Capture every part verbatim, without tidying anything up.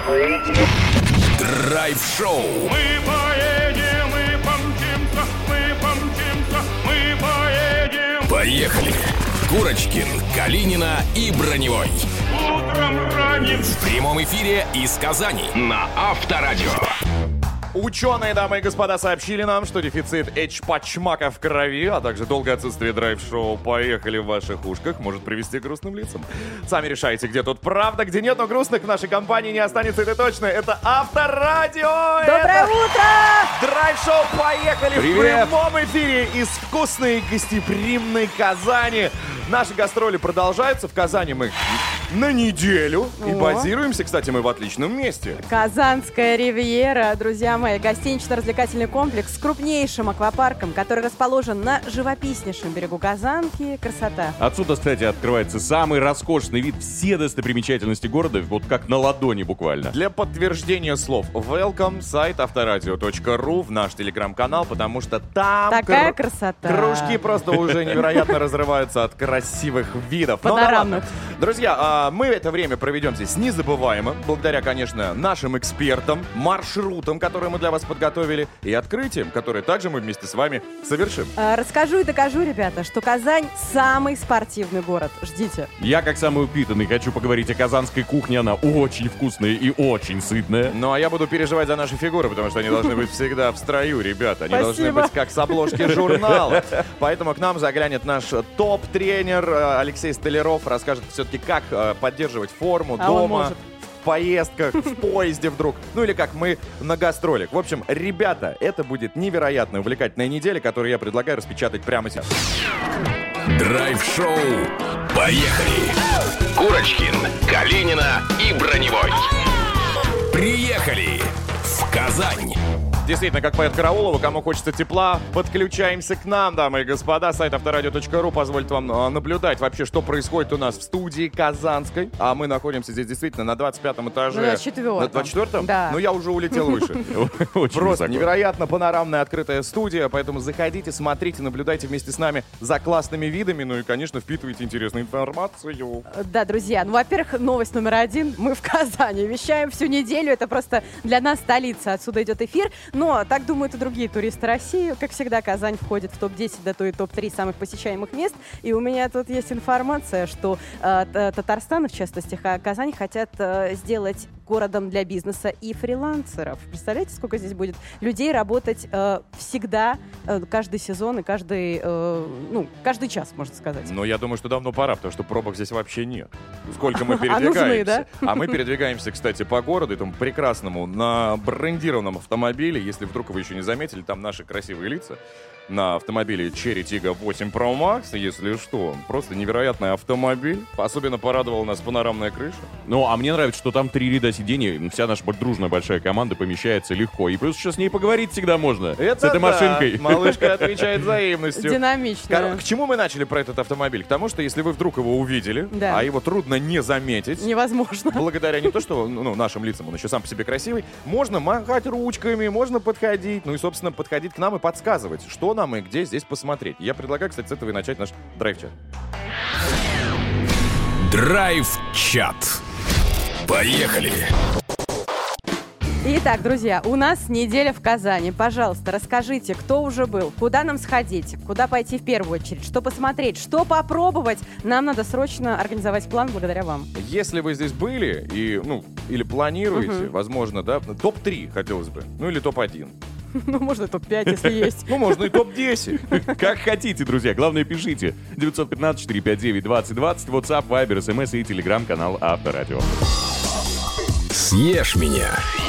Драйв-шоу. Мы поедем, мы помчимся, мы помчимся, мы поедем. Поехали! Курочкин, Калинина и Броневой. Утром ранним. В прямом эфире из Казани на Авторадио. Ученые, дамы и господа, сообщили нам, что дефицит H-пачмака в крови, а также долгое отсутствие драйв-шоу «Поехали» в ваших ушках может привести к грустным лицам. Сами решайте, где тут правда, где нет, но грустных в нашей компании не останется, это точно. Это Авторадио! Доброе это утро! Драйв-шоу «Поехали» Привет! в прямом эфире из вкусной гостеприимной Казани. Наши гастроли продолжаются. В Казани мы на неделю. И О. базируемся, кстати, мы в отличном месте. Казанская ривьера, друзья мои, гостинично-развлекательный комплекс с крупнейшим аквапарком, который расположен на живописнейшем берегу Казанки. Красота. Отсюда, кстати, открывается самый роскошный вид, все достопримечательности города, вот как на ладони буквально. Для подтверждения слов welcome, сайт авторадио точка ру, в наш телеграм-канал, потому что там Такая кру- красота. кружки просто уже невероятно разрываются от красивых видов. Ну да Панорамных. ладно. Друзья, а, мы это время проведем здесь незабываемо, благодаря, конечно, нашим экспертам, маршрутам, которые мы для вас подготовили, и открытиям, которые также мы вместе с вами совершим. А, Расскажу и докажу, ребята, что Казань самый спортивный город. Ждите. Я, как самый упитанный, хочу поговорить о казанской кухне, она очень вкусная и очень сытная. Ну, а я буду переживать за наши фигуры, потому что они должны быть всегда в строю, ребята. Они должны Спасибо. быть как с обложки журнала. Поэтому к нам заглянет наш топ-тренер э, Алексей Столяров, расскажет все-таки, как э, поддерживать форму А он дома, может. в поездках, в поезде вдруг. Ну или как мы на гастролях. В общем, ребята, это будет невероятно увлекательная неделя, которую я предлагаю распечатать прямо сейчас. Драйв-шоу. Поехали! Курочкин, Калинина и Броневой. Приехали в Казань. Действительно, как поэт Караулова, кому хочется тепла, подключаемся к нам, дамы и господа. Сайт авторадио точка ру позволит вам а, наблюдать вообще, что происходит у нас в студии Казанской. А мы находимся здесь действительно на двадцать пятом этаже. На двадцать четвёртом. На двадцать четвёртом? Да. Ну, я уже улетел выше. Очень Просто высоко. невероятно панорамная открытая студия, поэтому заходите, смотрите, наблюдайте вместе с нами за классными видами, ну и, конечно, впитывайте интересную информацию. Да, друзья, ну, во-первых, новость номер один. Мы в Казани вещаем всю неделю. Это просто для нас столица. Отсюда идет эфир. Но так думают и другие туристы России. Как всегда, Казань входит в топ десять, да то и топ три самых посещаемых мест. И у меня тут есть информация, что э, Т- Татарстан, в частности, Ха- Казань, хотят э, сделать городом для бизнеса и фрилансеров. Представляете, сколько здесь будет людей работать э, всегда, э, каждый сезон и каждый, э, ну, каждый час, можно сказать. Но я думаю, что давно пора, потому что пробок здесь вообще нет. Сколько мы А передвигаемся. нужны, да? А мы передвигаемся, кстати, по городу, этому прекрасному, на брендированном автомобиле. Если вдруг вы еще не заметили, там наши красивые лица. На автомобиле Cherry Tiggo восемь Pro Max, если что. Просто невероятный автомобиль. Особенно порадовала нас панорамная крыша. Ну, а мне нравится, что там три ряда сидений, вся наша дружная большая команда помещается легко. И плюс сейчас с ней поговорить всегда можно. Это с этой да. машинкой. Малышка отвечает взаимностью. Динамично. Кор- К чему мы начали про этот автомобиль? К тому, что если вы вдруг его увидели, Да. а его трудно не заметить, Невозможно. благодаря не то, что ну, нашим лицам, он еще сам по себе красивый, можно махать ручками, можно подходить, ну и, собственно, подходить к нам и подсказывать, что нам и где здесь посмотреть. Я предлагаю, кстати, с этого и начать наш драйв-чат. Драйв-чат. Поехали! Итак, друзья, у нас неделя в Казани. Пожалуйста, расскажите, кто уже был, куда нам сходить, куда пойти в первую очередь, что посмотреть, что попробовать. Нам надо срочно организовать план благодаря вам. Если вы здесь были и, ну, или планируете, Мгм. возможно, да, топ три хотелось бы, ну или топ один. Ну, можно топ пять, если есть. Ну, можно и топ десять. Как хотите, друзья. Главное, пишите. девять один пять четыре пять девять двадцать двадцать, WhatsApp, Viber, эс эм эс и телеграм-канал Авторадио. Съешь меня.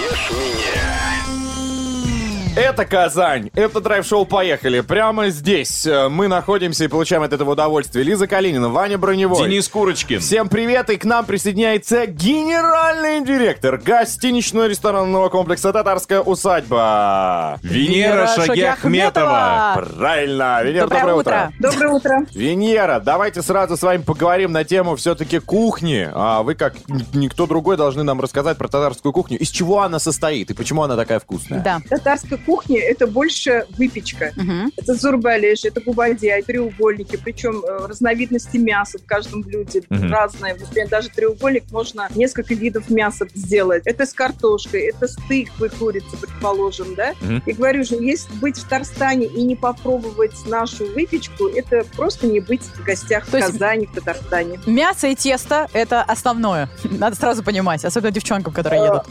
Это Казань, это драйв-шоу «Поехали». Прямо здесь э, мы находимся и получаем от этого удовольствие. Лиза Калинина, Ваня Броневой. Денис Курочкин. Всем привет, и к нам присоединяется генеральный директор гостинично-ресторанного комплекса «Татарская усадьба». Венера Шагиахметова. Правильно, Венера, Доброе доброе, утро. Доброе утро. Венера, давайте сразу с вами поговорим на тему все-таки кухни. А вы, как н- никто другой, должны нам рассказать про татарскую кухню. Из чего она состоит и почему она такая вкусная? Да. Татарская кухня — это больше выпечка. Мгм. Это зурбалеш, это губадья, треугольники, причем э, разновидности мяса в каждом блюде Мгм. разные. Например, даже треугольник можно несколько видов мяса сделать. Это с картошкой, это с тыквой курицы, предположим, да? Мгм. И говорю же, если быть в Татарстане и не попробовать нашу выпечку, это просто не быть в гостях То в есть- Казани, в Татарстане. Мясо и тесто — это основное. Надо сразу понимать, особенно девчонкам, которые едут.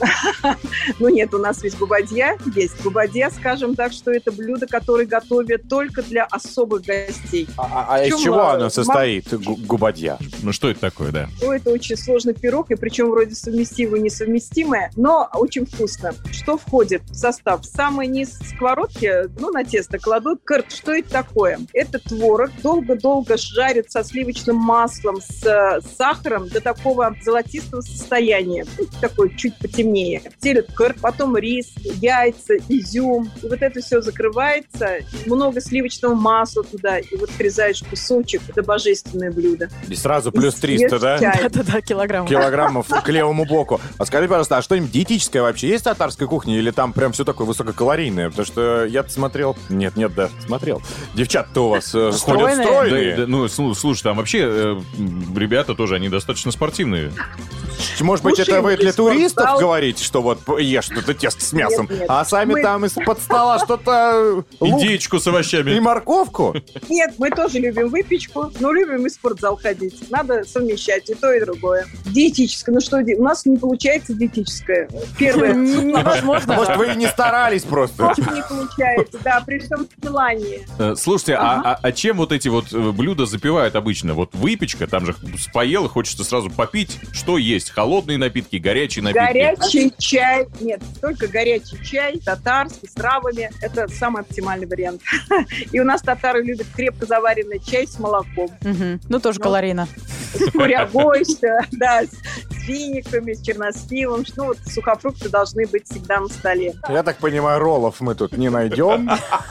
Ну нет, у нас есть губадья, есть губадья, скажем так, что это блюдо, которое готовят только для особых гостей. А, а из Причем, чего а, оно состоит, гу- губадья? Ну что это такое, да? Ну, это очень сложный пирог, и причем вроде совместимое и несовместимое, но очень вкусно. Что входит в состав? Самый низ сковородки, ну, на тесто кладут кырт. Что это такое? Это творог, долго-долго жарят со сливочным маслом, с э, сахаром до такого золотистого состояния. Ну, такой чуть потемнее. Телят кырт, потом рис, яйца, изюм. И вот это все закрывается. Много сливочного масла туда. И вот отрезаешь кусочек. Это божественное блюдо. И сразу плюс И триста, да? съешь чай. Да-да-да, килограмм. Килограммов к левому боку. А скажи, пожалуйста, а что-нибудь диетическое вообще есть в татарской кухне? Или там прям все такое высококалорийное? Потому что я смотрел... Нет, нет, да, смотрел. Девчата-то у вас э, ходят Стройные? стройные. Да, да, ну, слу- слушай, там вообще э, м, ребята тоже, они достаточно спортивные. Может быть, Слушай, это вы для спортзал. туристов говорите, что вот ешь что-то тесто с мясом, Нет, нет. а сами Мы- там из-под стола что-то... э, лук Индеечку с и овощами. морковку? Нет, мы тоже любим выпечку, но любим и в спортзал ходить. Надо совмещать и то, и другое. Диетическое. Ну что, ди- у нас не получается диетическое. Первое. Невозможно. Может, вы и не старались просто? Просто не получается, да, при всем желании. Э, Слушайте, а, а- а чем вот эти вот э, блюда запивают обычно? Вот выпечка, там же поел, и хочется сразу попить. Что есть? Холодные напитки, горячие напитки? Горячий чай. Нет, только горячий чай, татарский, с травами. Это самый оптимальный вариант. И у нас татары любят крепко заваренный чай с молоком. Мгм. Ну, тоже Ну. калорийно. С курягой, с, да, с с финиками, с черносливом. Ну, вот сухофрукты должны быть всегда на столе. Я так понимаю, роллов мы тут не найдем.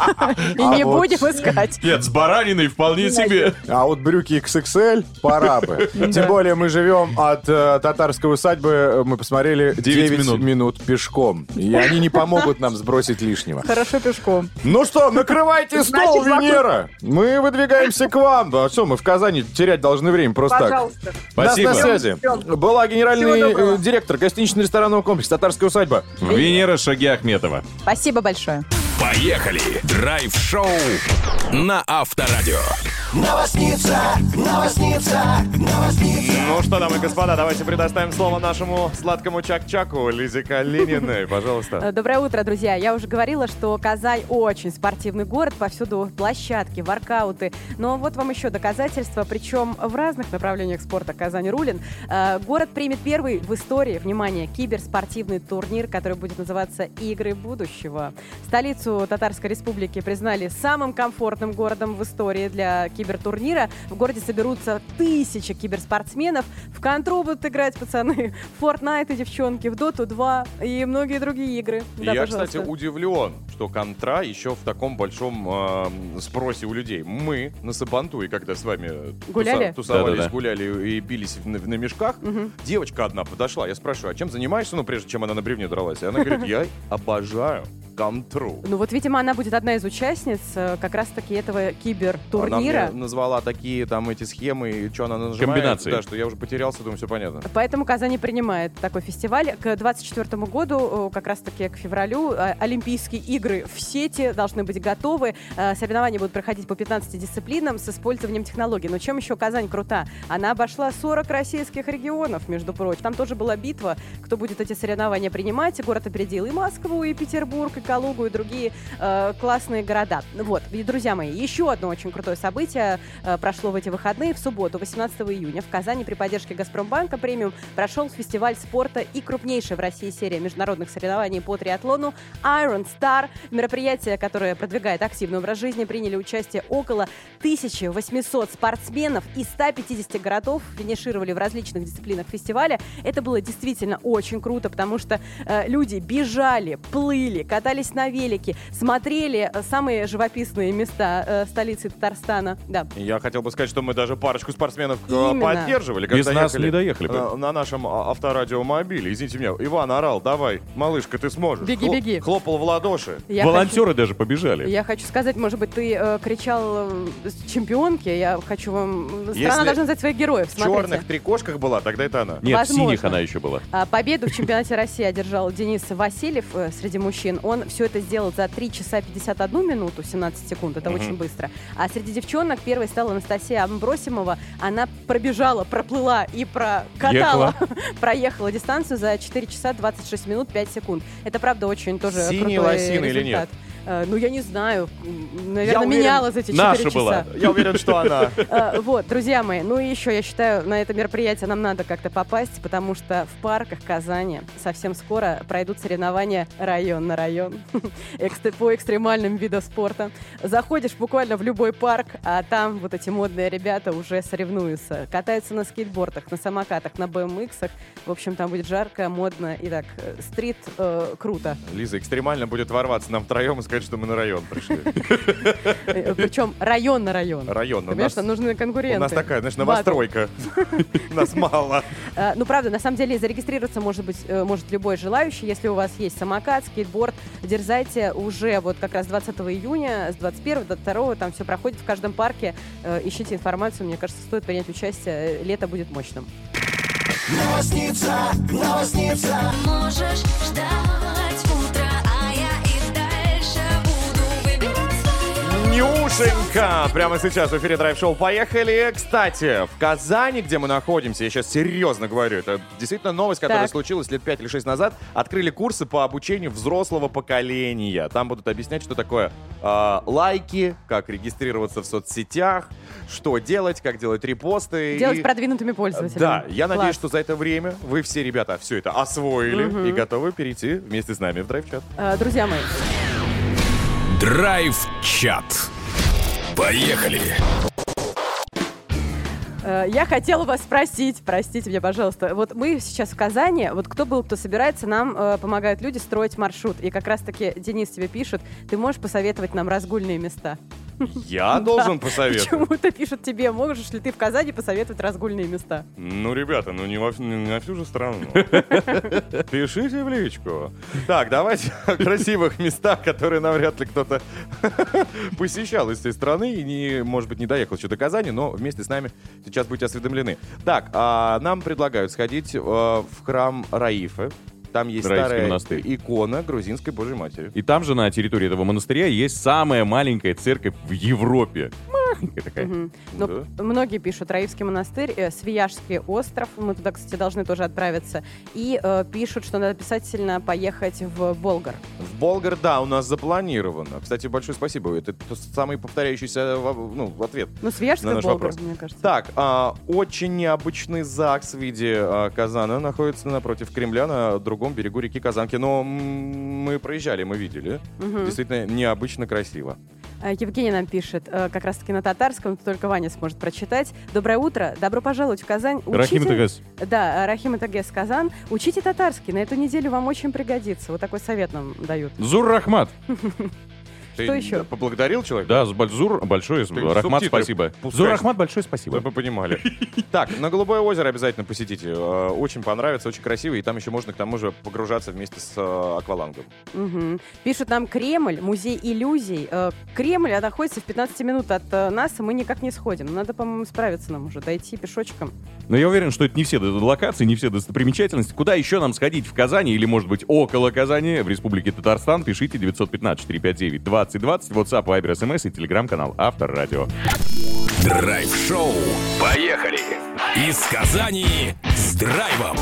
И А не вот- будем искать. Нет, с бараниной вполне себе. А вот брюки икс икс эль пора бы. Тем более мы живем от э, татарской усадьбы, э, мы посмотрели Девять девять минут. минут пешком. И они не помогут нам сбросить лишнего. Хорошо пешком. Ну что, накрывайте стол, Значит, вокруг- Венера! Мы выдвигаемся к вам. А что, мы в Казани терять должны время просто так. Пожалуйста. Спасибо. Нас на связи. Всё. Была генеральный Всего доброго. э, директор гостинично-ресторанного комплекса «Татарская усадьба». Венера Шаги Ахметова. Спасибо большое. Поехали! Драйв-шоу на Авторадио. Ну что, дамы и господа, давайте предоставим слово нашему сладкому чак-чаку Лизе Калининой. Пожалуйста. Э, Доброе утро, друзья. Я уже говорила, что Казань очень спортивный город, повсюду площадки, воркауты. Но вот вам еще доказательства, причем в разных направлениях спорта Казань рулин. Э, Город примет первый в истории, внимание, киберспортивный турнир, который будет называться «Игры будущего». Столицу Татарской Республики признали самым комфортным городом в истории для кибертурнира. В городе соберутся тысячи киберспортсменов. В контру будут играть пацаны, в Fortnite и девчонки, в Доту два и многие другие игры. Да, Я, пожалуйста. кстати, удивлен, что контра еще в таком большом э, спросе у людей. Мы на Сабантуе, когда с вами туса- Гуляли? тусовались, Да-да-да. гуляли и бились в- на, на мешках, Мгм. девочка одна подошла, я спрашиваю, а чем занимаешься, ну, прежде чем она на бревне дралась? И она говорит, я обожаю контру. Ну вот, видимо, она будет одна из участниц э, как раз-таки этого кибертурнира. Она мне назвала такие там эти схемы, и что она нажимает. Комбинации. Да, что я уже потерялся, думаю, все понятно. Поэтому Казань принимает такой фестиваль. К двадцать четвёртому году, э, как раз-таки к февралю, э, Олимпийские игры в сети должны быть готовы. Э, Соревнования будут проходить по пятнадцати дисциплинам с использованием технологий. Но чем еще Казань крута? Она обошла сорок российских регионов, между прочим. Там тоже была битва, кто будет эти соревнования принимать. Город опередил и Москву, и Петербург, и Калугу, и другие э, классные города. Вот, и, друзья мои, еще одно очень крутое событие э, прошло в эти выходные. В субботу, восемнадцатого июня, в Казани при поддержке Газпромбанка премиум прошел фестиваль спорта и крупнейшая в России серия международных соревнований по триатлону Iron Star. Мероприятие, которое продвигает активный образ жизни, приняли участие около тысяча восемьсот спортсменов из ста пятидесяти городов, финишировали в различных дисциплинах фестиваля. Это было действительно очень круто, потому что э, люди бежали, плыли, катались катались на велике, смотрели э, самые живописные места э, столицы Татарстана. Да. Я хотел бы сказать, что мы даже парочку спортсменов э, Именно. поддерживали. Без когда нас ехали, не доехали бы. э, На нашем а, авторадиомобиле. Извините меня, Иван орал, давай, малышка, ты сможешь. Беги, Хлоп- беги. Хлопал в ладоши. Я Волонтеры даже побежали. Я хочу сказать, может быть, ты э, кричал э, с чемпионки. Я хочу вам... Страна Если должна назвать своих героев. В Смотрите. черных трикошках была, тогда это она. Нет, в Возможно. синих она еще была. А, Победу в чемпионате России одержал Денис Васильев э, среди мужчин. Он все это сделал за три часа пятьдесят одну минуту, семнадцать секунд. Это Мгм. очень быстро. А среди девчонок первой стала Анастасия Амбросимова. Она пробежала, проплыла и прокатала, проехала дистанцию за четыре часа двадцать шесть минут пять секунд. Это, правда, очень тоже Синий крутой лосин или результат. Э, Ну, я не знаю. М, Наверное, уверен, меняла за эти наша четыре была. часа. Я уверен, что она. Э, Вот, друзья мои, ну и еще, я считаю, на это мероприятие нам надо как-то попасть, потому что в парках Казани совсем скоро пройдут соревнования район на район Экстре- по экстремальным видам спорта. Заходишь буквально в любой парк, а там вот эти модные ребята уже соревнуются. Катаются на скейтбордах, на самокатах, на бэ эм иксах. В общем, там будет жарко, модно и так, э, стрит э, круто. Лиза, экстремально будет ворваться нам втроем и сказать, что мы на район пришли. Э, Причем район на район. Район. У Конечно, нас, нужны у конкуренты. нас такая, знаешь, Батл. новостройка. Нас мало. Э, Ну, правда, на самом деле зарегистрироваться может быть э, может любой желающий. Если у вас есть самокат, скейтборд, дерзайте уже вот как раз двадцатого июня, с двадцать первого до второго там все проходит в каждом парке. Э, Ищите информацию, мне кажется, стоит принять участие. Э, Лето будет мощным. Можешь ждать утра, а я и дальше буду выбирать свои. Нюшенька! Прямо сейчас в эфире драйв-шоу «Поехали». Кстати, в Казани, где мы находимся, я сейчас серьезно говорю, это действительно новость, которая Так. случилась лет пять или шесть назад, открыли курсы по обучению взрослого поколения. Там будут объяснять, что такое э, лайки, как регистрироваться в соцсетях, что делать, как делать репосты. Делать и- продвинутыми пользователями. Да, я Класс. надеюсь, что за это время вы все, ребята, все это освоили и готовы перейти вместе с нами в драйв-чат. Э, Друзья мои, Драйв-чат. Поехали! э, я хотела вас спросить, простите меня, пожалуйста. Вот мы сейчас в Казани, вот кто был, кто собирается, нам э, помогают люди строить маршрут. И как раз-таки Денис тебе пишет, ты можешь посоветовать нам разгульные места? Я должен посоветовать. Почему-то пишут тебе, можешь ли ты в Казани посоветовать разгульные места? Ну, ребята, ну не, во- не на всю же страну. Пишите в личку. Так, давайте о красивых местах, которые навряд ли кто-то посещал из этой страны и, не, может быть, не доехал еще до Казани, но вместе с нами сейчас будете осведомлены. Так, а нам предлагают сходить э, в храм Раифы. Там есть Раифский старая монастырь. икона грузинской Божьей Матери. И там же на территории этого монастыря есть самая маленькая церковь в Европе. Маленькая такая. Мгм. Ну, многие пишут Раифский монастырь, э, Свияжский остров. Мы туда, кстати, должны тоже отправиться. И э, пишут, что надо обязательно поехать в Болгар. В Болгар, да, у нас запланировано. Кстати, большое спасибо. Это тот самый повторяющийся в- ну, ответ. Ну, Свияжский На наш Болгар, вопрос. мне кажется. Так, а, очень необычный ЗАГС в виде а, Казана находится напротив Кремля на другом берегу реки Казанки. Но м, мы проезжали, мы видели. Мгм. Действительно необычно красиво. А, Евгений нам пишет, э, как раз-таки на татарском, только Ваня сможет прочитать. Доброе утро, добро пожаловать в Казань. Рахим Учите- Тагас. Да, Рахим Тагес Казан. Учите татарский, на эту неделю вам очень пригодится. Вот такой совет нам дают. Зур Рахмат. Ты Что еще? поблагодарил человека? Да, с- Зур большое, Ты Рахмат субтитры спасибо. пускай. Зур Рахмат большое спасибо. Вы бы понимали. Так, на Голубое озеро обязательно посетите. Э, Очень понравится, очень красиво. И там еще можно к тому же погружаться вместе с э, аквалангом. Мгм. Пишут нам Кремль, музей иллюзий. Э, Кремль а, находится в пятнадцати минут от э, нас, и мы никак не сходим. Надо, по-моему, справиться нам уже, дойти пешочком. Но я уверен, что это не все д- локации, не все достопримечательности. Куда еще нам сходить в Казани или, может быть, около Казани, в Республике Татарстан? Пишите девять один пять четыре пять девять двадцать двадцать, WhatsApp, Viber, эс эм эс и телеграм-канал Автор Радио. Драйв-шоу. Поехали! Из Казани с драйвом.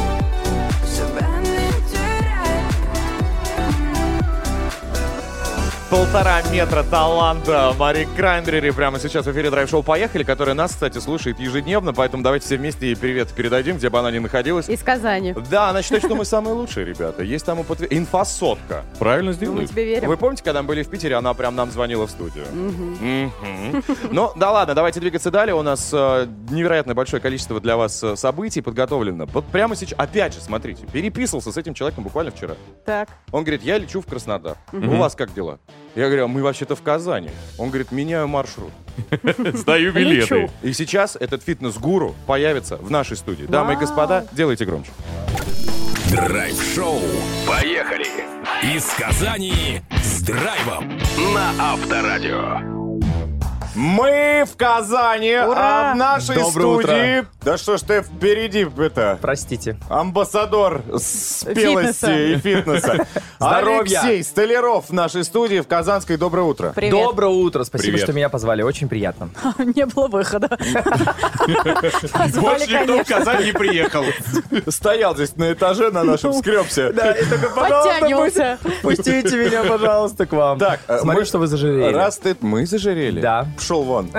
Полтора метра таланта Мари Краймбрери прямо сейчас в эфире драйв-шоу «Поехали», которая нас, кстати, слушает ежедневно, поэтому давайте все вместе ей привет передадим, где бы она ни находилась. Из Казани. Да, она считает, что мы самые лучшие, ребята. Есть там употвер... инфосотка. Правильно Мы сделают. тебе верим. Вы помните, когда мы были в Питере, она прям нам звонила в студию? Мгм. Ну, да ладно, давайте двигаться далее. У нас э, невероятно большое количество для вас э, событий подготовлено. Вот прямо сейчас, опять же, смотрите, переписывался с этим человеком буквально вчера. Так. Он говорит, я лечу в Краснодар. У вас как дела? Я говорю, а мы вообще-то в Казани. Он говорит, меняю маршрут. Сдаю билеты. Лечу. И сейчас этот фитнес-гуру появится в нашей студии. Дамы и Вау. господа, делайте громче. Драйв-шоу. Поехали. Из Казани с драйвом на Авторадио. Мы в Казани, Ура! а в нашей Доброе студии... Да что ж ты впереди, это... Простите. Амбассадор спелости Фитнеса. и фитнеса. Здоровья. Алексей Столяров в нашей студии в Казанской. Доброе утро. Привет. Доброе утро. Спасибо, Привет. что меня позвали. Очень приятно. Не было выхода. Позвали, Больше никто в конечно. Казань не приехал. Стоял здесь на этаже на нашем скрепсе. Да, и только, пожалуйста, Подтягивался. пусти- пустите меня, пожалуйста, к вам. Так, э, Смотрю, мы- что вы зажирели. Раз ты... Мы зажирели? Да. Пшел вон.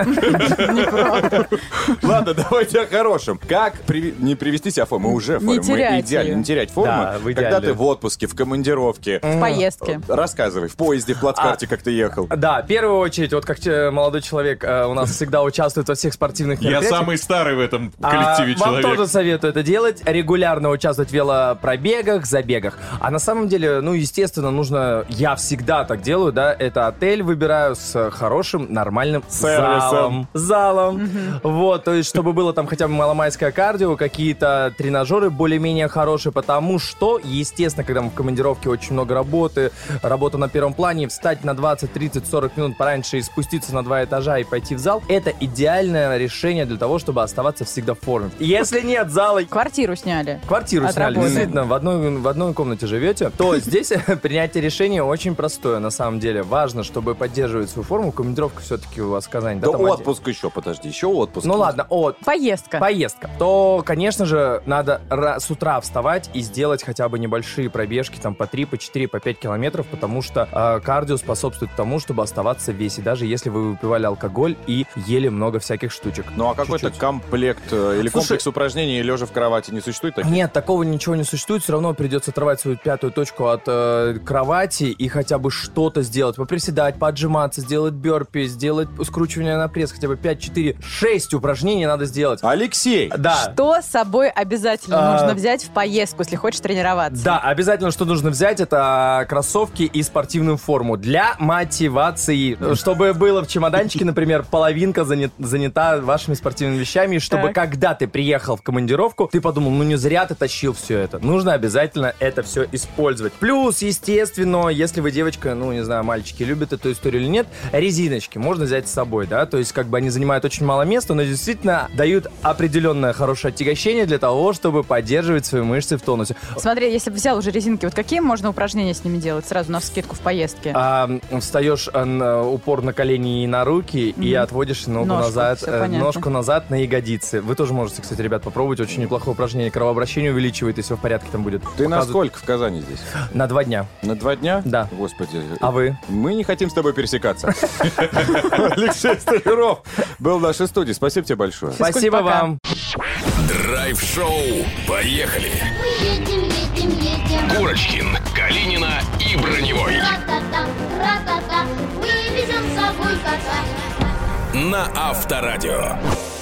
Ладно, давайте о хорошем. Как приви- не привести себя в форму? Мы уже в Не форме. Мы терять идеально. её. Не терять форму. Да, в Когда идеале. ты в отпуске, в командировке. В поездке. Рассказывай. В поезде, в плацкарте, как ты ехал. Да, в первую очередь, вот как э, молодой человек э, у нас всегда участвует во всех спортивных Я мероприятиях. самый старый в этом А, коллективе вам человек. тоже советую это делать, регулярно участвовать в велопробегах, забегах. А на самом деле, ну, естественно, нужно, я всегда так делаю, да, это отель выбираю с хорошим, нормальным Сервисом. залом. Залом. Вот, то есть, чтобы было там хотя бы маломайское кардио, какие-то тренажеры более-менее хорошие, потому что, естественно, когда мы в командировке, очень много работы, работа на первом плане, встать на двадцать, тридцать, сорок минут пораньше и спуститься на два этажа и пойти в зал, это идеальное решение для того, чтобы оставаться всегда в форме. Если нет зала, Квартиру сняли. квартиру От сняли, работы. действительно, в одной, в одной комнате живете, то здесь принятие решения очень простое, на самом деле. Важно, чтобы поддерживать свою форму. Командировка все-таки у вас в Казани. Да там один- отпуск еще, подожди, еще отпуск. Ну ладно, от Поездка. поездка, то, конечно же, надо ра- с утра вставать и сделать хотя бы небольшие пробежки, там, по три, по четыре, по пять километров, потому что э, кардио способствует тому, чтобы оставаться в весе, даже если вы выпивали алкоголь и ели много всяких штучек. Ну а какой-то Чуть-чуть. комплект э, или Слушай, комплекс упражнений лежа в кровати не существует таких? Нет, такого ничего не существует, все равно придется оторвать свою пятую точку от э, кровати и хотя бы что-то сделать, поприседать, поотжиматься, сделать бёрпи, сделать скручивание на пресс, хотя бы пять, четыре, шесть упражнений надо сделать. Алексей! Да. Что с собой обязательно А, нужно взять в поездку, если хочешь тренироваться? Да, обязательно, что нужно взять, это кроссовки и спортивную форму для мотивации. Чтобы было в чемоданчике, например, половинка занят- занята вашими спортивными вещами, и чтобы Так. когда ты приехал в командировку, ты подумал, ну не зря ты тащил все это. Нужно обязательно это все использовать. Плюс, естественно, если вы девочка, ну не знаю, мальчики любят эту историю или нет, резиночки можно взять с собой, да, то есть как бы они занимают очень мало места, но действительно дают определенное хорошее отягощение для того, чтобы поддерживать свои мышцы в тонусе. Смотри, если бы взял уже резинки, вот какие можно упражнения с ними делать сразу на вскидку в поездке? А, встаешь а, на- упор на колени и на руки и Мгм. отводишь ногу Ножку, назад, всё э, понятно. ножку назад на ягодицы. Вы тоже можете, кстати, ребят, попробовать. Очень неплохое упражнение. Кровообращение увеличивает, и все в порядке там будет. Ты на Показывает- сколько в Казани здесь? На два дня. На два дня? Да. Господи. А вы? Мы не хотим с тобой пересекаться. Алексей Столяров был в нашей студии. Спасибо тебе большое. Спасибо пока. вам. Драйв-шоу. Поехали. Мы едем, едем, едем. Курочкин, Калинина и Броневой. Ра-та-та, ра-та-та. Мы везем с собой кота. На Авторадио.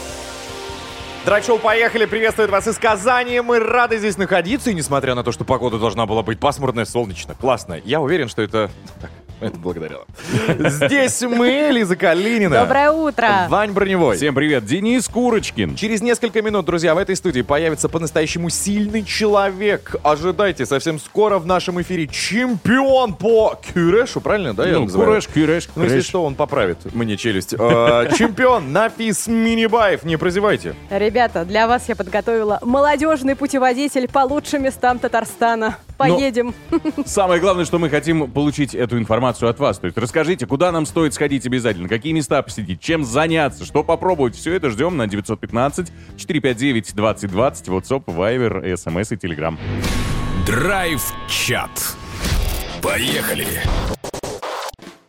Драйв-шоу «Поехали» приветствует вас из Казани. Мы рады здесь находиться. И несмотря на то, что погода должна была быть пасмурная, солнечно, классно, я уверен, что это... Так, это благодаря вам. Здесь мы, Лиза Калинина. Доброе утро. Вань Броневой. Всем привет, Денис Курочкин. Через несколько минут, друзья, в этой студии появится по-настоящему сильный человек. Ожидайте, совсем скоро в нашем эфире чемпион по кюрешу, правильно, да, я Ну, называю? куреш, кюреш, Ну, если кюреш. что, он поправит мне челюсть. Э, Чемпион Нафис Минибаев, не прозевайте. Ребята, для вас я подготовила молодежный путеводитель по лучшим местам Татарстана. Поедем. Самое главное, что мы хотим получить эту информацию от вас. То есть расскажите, куда нам стоит сходить обязательно, какие места посетить, чем заняться, что попробовать. Все это ждем на девятьсот пятнадцать четыреста пятьдесят девять двадцать двадцать, WhatsApp, Viber, смс и Telegram. Драйв-чат. Поехали.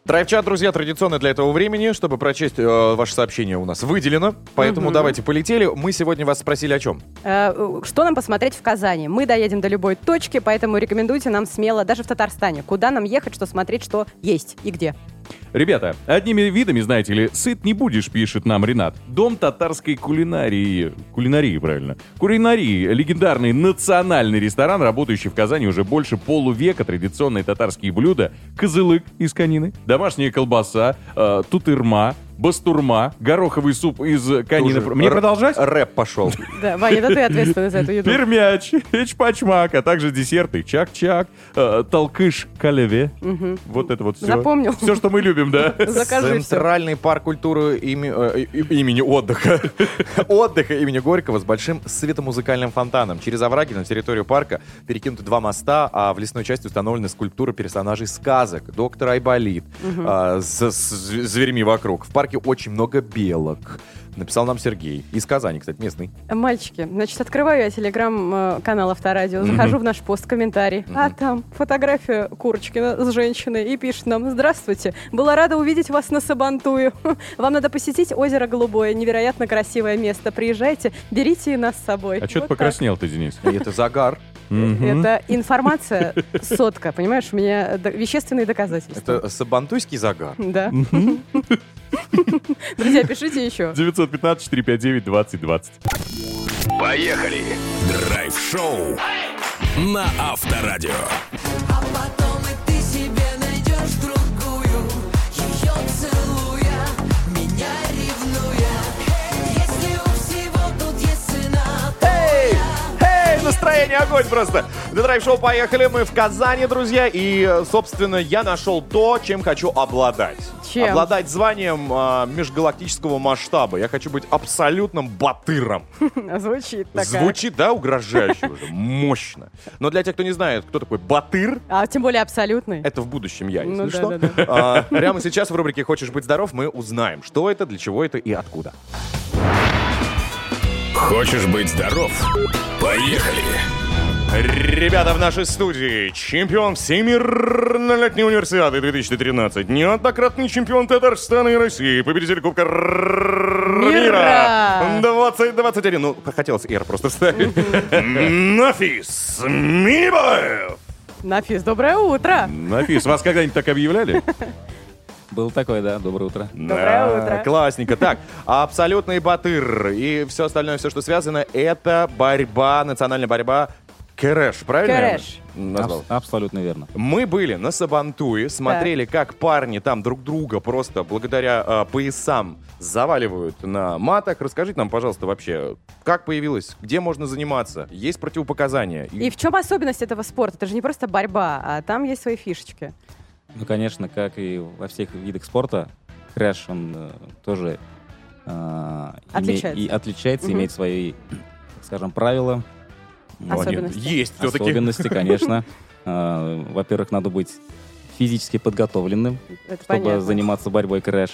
Драйв-чат, друзья, традиционно для этого времени, чтобы прочесть э, ваше сообщение у нас выделено. Поэтому Мгм. давайте полетели. Мы сегодня вас спросили о чем? Э, Что нам посмотреть в Казани? Мы доедем до любой точки, поэтому рекомендуйте нам смело, даже в Татарстане, куда нам ехать, что смотреть, что есть и где. Ребята, одними видами, знаете ли, сыт не будешь, пишет нам Ренат. Дом татарской кулинарии. Кулинарии, правильно. Кулинарии. Легендарный национальный ресторан, работающий в Казани уже больше полувека. Традиционные татарские блюда. Кызылык из конины, домашняя колбаса, э, тутырма, бастурма, гороховый суп из конины. Тоже Мне р- продолжать? Рэп пошел. Да, Ваня, да ты ответственный за эту еду. Пермяч, эчпачмак, а также десерты чак-чак, э, толкыш калеве. Мгм. Вот это вот все. Запомнил. Все, что мы любим, да. Закажи всё. Центральный парк культуры ими- э, и- имени отдыха. Отдыха имени Горького с большим светомузыкальным фонтаном. Через овраги на территорию парка перекинуты два моста, а в лесной части установлены скульптуры персонажей сказок. Доктор Айболит а, с, с зверьми вокруг. В парке очень много белок. Написал нам Сергей. Из Казани, кстати, местный. Мальчики, значит, открываю я телеграм-канал Авторадио, захожу в наш пост, комментарий, а там фотография Курочкина с женщиной и пишет нам: «Здравствуйте, была рада увидеть вас на Сабантуе. Вам надо посетить озеро Голубое, невероятно красивое место. Приезжайте, берите и нас с собой». А что ты Вот так. покраснел ты, Денис? И это загар. Мгм. Это информация сотка, понимаешь, у меня до- вещественные доказательства. Это сабантуйский загар. Да. Друзья, пишите еще. девятьсот пятнадцать четыреста пятьдесят девять двадцать двадцать. Поехали! Драйв-шоу на Авторадио. А потом и ты себе найдешь другую, ее целуя, меня ревнуя. Если у всего тут есть цена, Эй! Эй! Настроение огонь просто! The Drive Show, поехали! Мы в Казани, друзья. И, собственно, я нашел то, чем хочу обладать. Чем? Обладать званием а, межгалактического масштаба. Я хочу быть абсолютным батыром. Звучит так. Звучит, да, угрожающе уже, мощно. Но для тех, кто не знает, кто такой батыр, А тем более абсолютный. это в будущем я, если Ну да, что. да, да. А, прямо сейчас в рубрике «Хочешь быть здоров» мы узнаем, что это, для чего это и откуда. Хочешь быть здоров? Поехали! Ребята, в нашей студии чемпион Всемирной летней универсиады две тысячи тринадцать, неоднократный чемпион Татарстана и России, победитель Кубка мира Мира! двадцать двадцать один. Ну, хотелось «Р» просто вставить. Нафис Минибаев! Нафис, доброе утро. Нафис, вас когда-нибудь так объявляли? Был такой, да. Доброе утро. Доброе Да, утро. Классненько. Так, абсолютный батыр и все остальное, все, что связано, это борьба, национальная борьба Кэрэш, правильно? я Кэрэш. назвал? Абс- абсолютно верно. Мы были на Сабантуе, смотрели, как парни там друг друга просто благодаря э, поясам заваливают на матах. Расскажите нам, пожалуйста, вообще, как появилось, где можно заниматься, есть противопоказания? И в чем особенность этого спорта? Это же не просто борьба, а там есть свои фишечки. Ну, конечно, как и во всех видах спорта, крэш, он э, тоже э, име- Отличается. и отличается, Мгм. имеет свои, так скажем, правила. Ну, они Особенности. есть все-таки. Особенности, конечно. Э, Во-первых, надо быть физически подготовленным, Это чтобы понятно. заниматься борьбой крэш.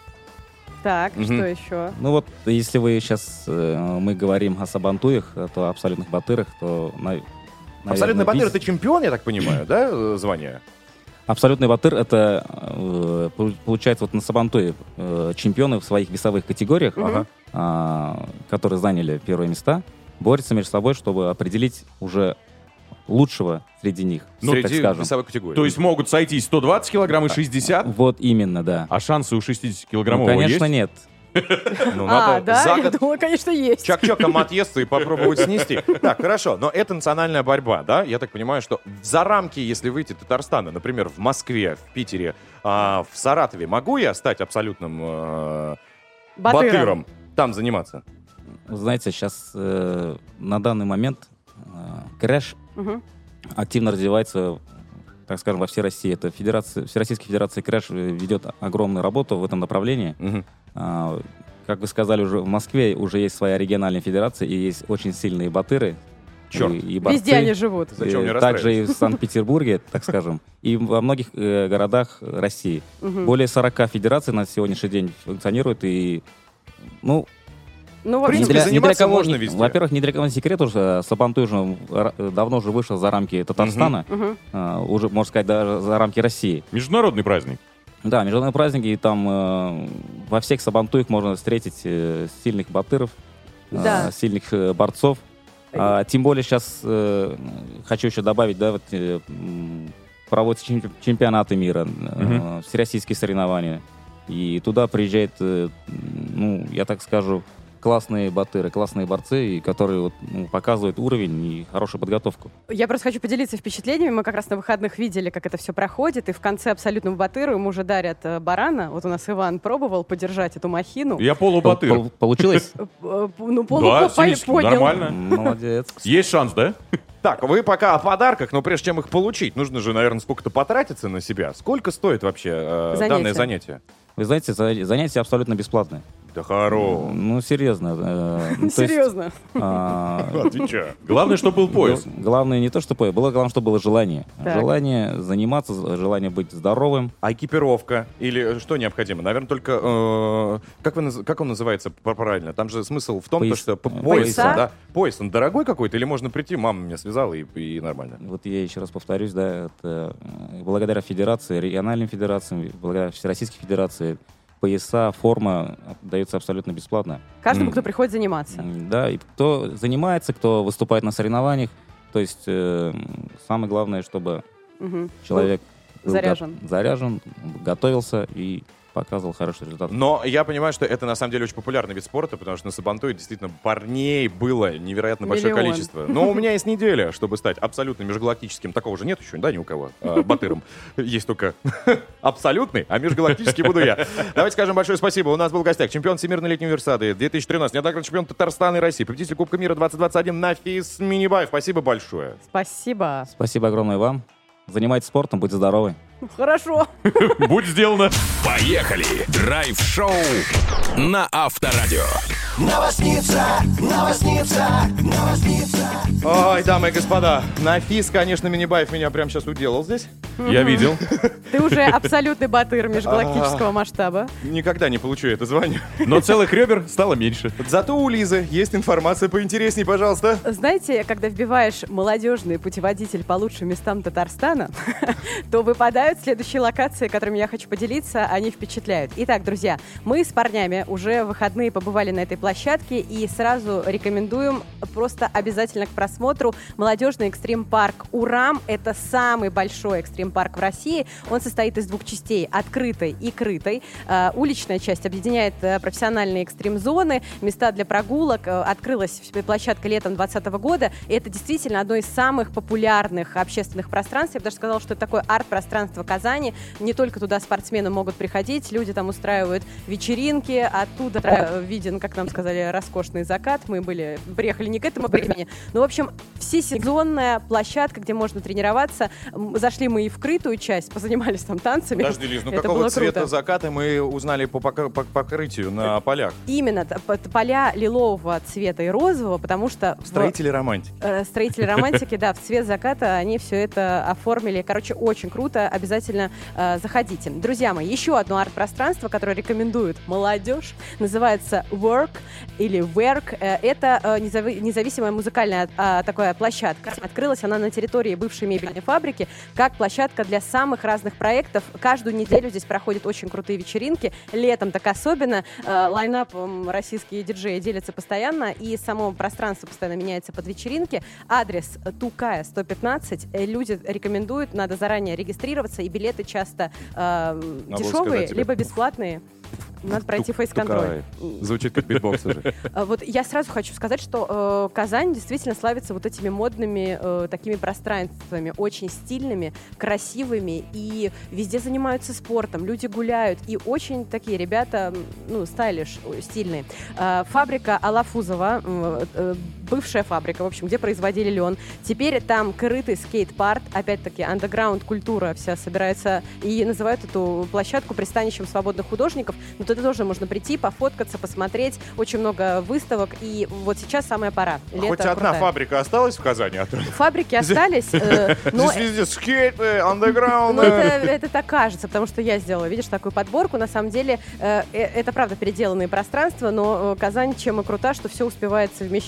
Так, Мгм. что еще? Ну вот, если вы сейчас, э, мы говорим о сабантуях, э, то абсолютных батырах, то, на- наверное, Абсолютный батыр — видите- это чемпион, я так понимаю, да, э, звание? Абсолютный батыр — это, э, пол- получается, вот на Сабантуе э, чемпионы в своих весовых категориях, Мгм. а, которые заняли первые места, борются между собой, чтобы определить уже лучшего среди них, ну, так Среди скажем. весовой категории. То есть могут сойтись сто двадцать килограмм и шестьдесят, Вот именно, да. а шансы у шестьдесят Ну, килограммового конечно, есть? нет. Ну, А, надо да? за Я год думала, конечно, есть. чак-чаком отъесться и попробовать снести. Так, хорошо, но это национальная борьба, да? Я так понимаю, что за рамки, если выйти Татарстана, например, в Москве, в Питере, а, в Саратове, могу я стать абсолютным э, Батыром. батыром, там заниматься? Вы знаете, сейчас э, на данный момент э, крэш Мгм. активно развивается, так скажем, во всей России. Это федерация, Всероссийская федерация крэш ведет огромную работу в этом направлении. Мгм. А, Как вы сказали, уже в Москве уже есть своя региональная федерация, и есть очень сильные батыры. Черт. И, и борцы. Везде они живут. Зачем мне Э, Также и расстраиваться? в Санкт-Петербурге, так скажем, и во многих э, городах России. Мгм. Более сорок федераций на сегодняшний день функционирует, и, ну, Ну, В вообще, принципе, ни для- ни для заниматься кого- можно ни- везде. Во-первых, ни для кого не секрет, уже Сабантуй уже р- давно уже вышел за рамки Татарстана, Мгм. а, уже, можно сказать, даже за рамки России. Международный праздник. Да, международные праздники, и там э, во всех сабантуях можно встретить э, сильных батыров, э, Да. сильных э, борцов. А, тем более сейчас э, хочу еще добавить, да, вот, э, м, проводятся чемпи- чемпионаты мира, э, Мгм. всероссийские соревнования. И туда приезжают, э, ну, я так скажу, классные батыры, классные борцы, и которые вот, ну, показывают уровень и хорошую подготовку. Я просто хочу поделиться впечатлениями. Мы как раз на выходных видели, как это все проходит. И в конце абсолютного батыру ему уже дарят э, барана. Вот у нас Иван пробовал подержать эту махину. Я полубатыр. Пол- Получилось? Э, Ну, полу Да, по- по- синички, поднял. нормально. Молодец. Есть шанс, да? Так, вы пока о подарках, но прежде чем их получить, нужно же, наверное, сколько-то потратиться на себя. Сколько стоит вообще э, Занятие. данное занятие? Вы знаете, за- занятия абсолютно бесплатные. Да хоро. Ну, серьезно. э, ну, то есть, Серьезно. а, Отвечаю. Главное, чтобы был пояс. г- Главное не то, что пояс, было главное, чтобы было желание. Так. Желание заниматься, желание быть здоровым. А экипировка? Или что необходимо? Наверное, только... э, как, вы, наз- как он называется п- правильно? Там же смысл в том, Пояс- то, что п- Пояса? пояс, да? Пояс, он дорогой какой-то? Или можно прийти, мама меня связала, и, и нормально? Вот я еще раз повторюсь, да, это э, благодаря федерации, региональным федерациям, благодаря Всероссийской федерации, пояса, форма дается абсолютно бесплатно. Каждому, М. кто приходит заниматься. М, Да, и кто занимается, кто выступает на соревнованиях, то есть э, самое главное, чтобы Мгм. человек был заряжен. го- заряжен, готовился и показывал хороший результат. Но я понимаю, что это на самом деле очень популярный вид спорта, потому что на Сабантуе действительно парней было невероятно большое Миллион. количество. Но у меня есть неделя, чтобы стать абсолютно межгалактическим. Такого же нет еще, да, ни у кого. э, батыром. Есть только абсолютный, а межгалактический буду я. Давайте скажем большое спасибо. У нас был в гостях чемпион Всемирной летней универсиады две тысячи тринадцать, неоднократный чемпион Татарстана и России, победитель Кубка мира двадцать двадцать один Нафис Минибаев. Спасибо большое. Спасибо. Спасибо огромное вам. Занимайтесь спортом, будьте здоровы. Хорошо. Будь сделано. Поехали! Драйв-шоу на Авторадио. Новосница, новосница, новосница. Ой, дамы и господа, Нафис, конечно, Минибаев меня прямо сейчас уделал здесь. Я видел. Ты уже абсолютный батыр межгалактического масштаба. Никогда не получу это звание. Но целых ребер стало меньше. Зато у Лизы есть информация поинтересней, пожалуйста. Знаете, когда вбиваешь молодежный путеводитель по лучшим местам Татарстана, то выпадают следующие локации, которыми я хочу поделиться, они впечатляют. Итак, друзья, мы с парнями уже в выходные побывали на этой площадке и сразу рекомендуем просто обязательно к просмотру молодежный экстрим-парк «Урам». Это самый большой экстрим-парк в России. Он состоит из двух частей, открытой и крытой. Э, уличная часть объединяет э, профессиональные экстрим-зоны, места для прогулок. Э, открылась площадка летом двадцатого года, и это действительно одно из самых популярных общественных пространств. Я бы даже сказала, что это такое арт-пространство Казани. Не только туда спортсмены могут приходить, люди там устраивают вечеринки, оттуда э, виден, как нам сказали, роскошный закат. Мы были, приехали не к этому времени. Но, в общем, всесезонная площадка, где можно тренироваться. М, Зашли мы и в крытую часть, позанимались там танцами. Подожди, Лиз, ну Это какого было цвета круто. заката мы узнали по пока- по покрытию на полях? Именно, т- п- поля лилового цвета и розового, потому что... в- Строители романтики. Э, Строители романтики, да, в цвет заката они все это оформили. Короче, очень круто. Обязательно э, заходите. Друзья мои, еще одно арт-пространство, которое рекомендует молодежь, называется Work или Work. Э, это э, незави- независимая музыкальная э, такая площадка. Открылась она на территории бывшей мебельной фабрики как площадка для самых разных проектов. Каждую неделю здесь проходят очень крутые вечеринки. Летом так особенно. Э, лайнап м, российские диджеи делятся постоянно, и само пространство постоянно меняется под вечеринки. Адрес Тукая сто пятнадцать. Э, Люди рекомендуют, надо заранее регистрироваться, и билеты часто э, Надо дешевые, сказать тебе. либо бесплатные. Надо пройти фейс-контроль. Звучит как битбокс уже. А, Вот я сразу хочу сказать, что э, Казань действительно славится вот этими модными э, такими пространствами, очень стильными, красивыми, и везде занимаются спортом, люди гуляют, и очень такие ребята, м, ну, стайлиш, э, стильные. Э, фабрика Алафузова, э, э, бывшая фабрика, в общем, где производили лен. Теперь там крытый скейт-парк, опять-таки, андеграунд-культура вся собирается, и называют эту площадку пристанищем свободных художников. Но туда тоже можно прийти, пофоткаться, посмотреть. Очень много выставок, и вот сейчас самая пора. Лето Хоть одна крутая. фабрика осталась в Казани? А то- Фабрики остались, э, но Здесь везде скейты, андеграунд. ну, это, это так кажется, потому что я сделала, видишь, такую подборку. На самом деле, э, э, это правда переделанные пространства, но э, Казань чем и крута, что все успевает совмещать. И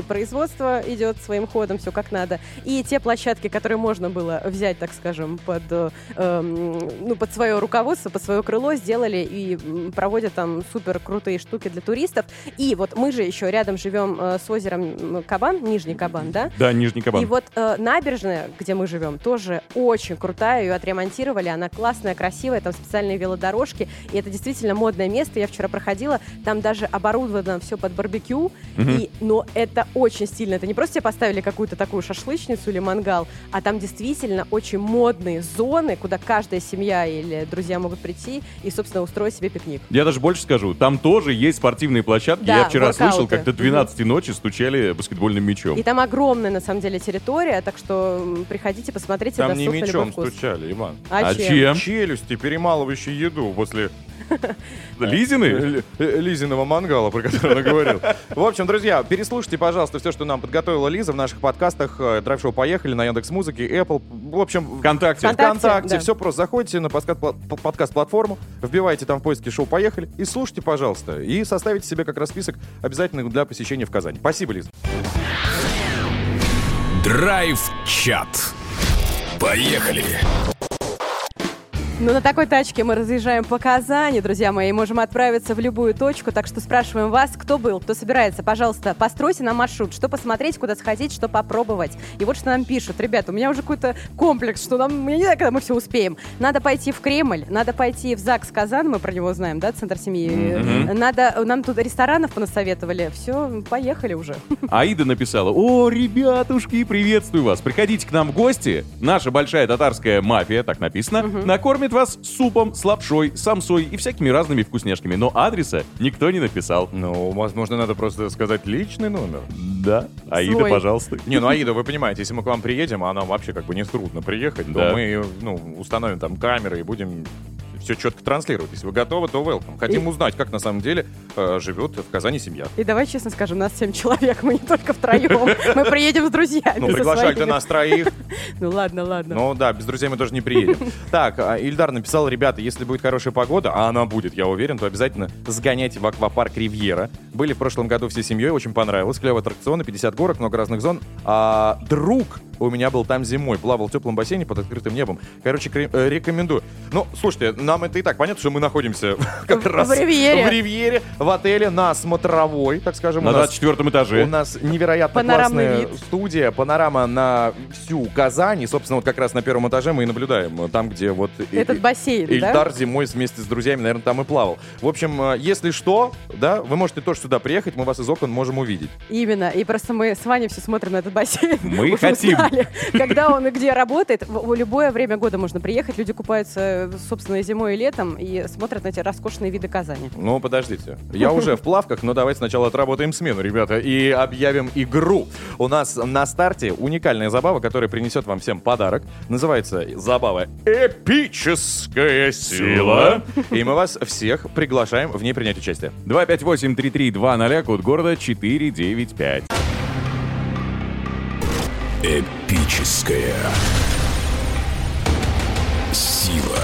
производство идет своим ходом, все как надо. И те площадки, которые можно было взять, так скажем, под, э, ну, под свое руководство, под свое крыло, сделали и проводят там супер крутые штуки для туристов. И вот мы же еще рядом живем э, с озером Кабан, Нижний Кабан, да? Да, Нижний Кабан. И вот э, набережная, где мы живем, тоже очень крутая, ее отремонтировали, она классная, красивая, там специальные велодорожки, и это действительно модное место. Я вчера проходила, там даже оборудовано все под барбекю, Мгм. и, но это очень стильно. Это не просто тебе поставили какую-то такую шашлычницу или мангал, а там действительно очень модные зоны, куда каждая семья или друзья могут прийти и, собственно, устроить себе пикник. Я даже больше скажу, там тоже есть спортивные площадки. Да, Я вчера воркауты. слышал, как до двенадцати ночи стучали баскетбольным мячом. И там огромная, на самом деле, территория, так что м, приходите, посмотрите. Там даст не суп на любой мечом вкус. стучали, Иван. А А чем? чем? Челюсти, перемалывающие еду после... Лизины? Ли- э, Лизиного мангала, про который она говорила. В общем, друзья, переслушайте, пожалуйста, все, что нам подготовила Лиза в наших подкастах. э, Драйв-шоу «Поехали» на Яндекс.Музыке, Apple. В общем, ВКонтакте. ВКонтакте, ВКонтакте, да. все просто. Заходите на подкаст- пла- подкаст-платформу, вбивайте там в поиске «Шоу «Поехали» и слушайте, пожалуйста. И составите себе как раз список обязательных для посещения в Казани. Спасибо, Лиза. Драйв-чат. Поехали! Ну, на такой тачке мы разъезжаем по Казани, друзья мои, и можем отправиться в любую точку, так что спрашиваем вас, кто был, кто собирается, пожалуйста, постройте нам маршрут, что посмотреть, куда сходить, что попробовать. И вот что нам пишут. Ребята, у меня уже какой-то комплекс, что нам, я не знаю, когда мы все успеем. Надо пойти в Кремль, надо пойти в ЗАГС Казан, мы про него знаем, да, Центр семьи. Мгм. Надо, нам тут ресторанов понасоветовали. Все, поехали уже. Аида написала: «О, ребятушки, приветствую вас. Приходите к нам в гости. Наша большая татарская мафия, так написано, накормит вас супом, с лапшой, самсой и всякими разными вкусняшками. Но адреса никто не написал». Ну, возможно, надо просто сказать личный номер. Да. Аида, Свой. пожалуйста. Не, ну, Аида, вы понимаете, если мы к вам приедем, а нам вообще как бы не трудно приехать, Да. то мы, ну, установим там камеры и будем все четко транслировать. Если вы готовы, то welcome. Хотим И- узнать, как на самом деле э, живет в Казани семья. И давай честно скажем, нас семь человек, мы не только втроем. Мы приедем с друзьями. Ну, со приглашали-то своими. нас троих. Ну ладно, ладно. Ну да, без друзей мы тоже не приедем. Так, а, Ильдар написал: ребята, если будет хорошая погода, а она будет, я уверен, то обязательно сгоняйте в аквапарк «Ривьера». Были в прошлом году всей семьей, очень понравилось. Клевые аттракционы, пятьдесят горок, много разных зон. А, друг у меня был там зимой, плавал в теплом бассейне под открытым небом. Короче, кре- э, рекомендую. Ну, слушайте, нам это и так понятно, что мы находимся как В- раз в «Ривьере». в «Ривьере», в отеле на Смотровой, так скажем. На У нас- двадцать четвёртом этаже. У нас невероятно Панорамный классная вид. студия, панорама на всю Казань. И, собственно, вот как раз на первом этаже мы и наблюдаем. Там, где вот и- Этот бассейн, да? Ильдар зимой вместе с друзьями, наверное, там и плавал. В общем, э, если что, да, вы можете тоже сюда приехать, мы вас из окон можем увидеть. Именно. И просто мы с Ваней все смотрим на этот бассейн. Мы Уже хотим. узнали, когда он и где работает. В, в любое время года можно приехать. Люди купаются, собственно, и зимой, и летом, и смотрят на эти роскошные виды Казани. Ну, подождите. Я уже в плавках, но давайте сначала отработаем смену, ребята, и объявим игру. У нас на старте уникальная забава, которая принесет вам всем подарок. Называется забава «Эпическая сила». И мы вас всех приглашаем в ней принять участие. два пять восемь три три два ноль, код города четыре девять пять. Эпическая сила.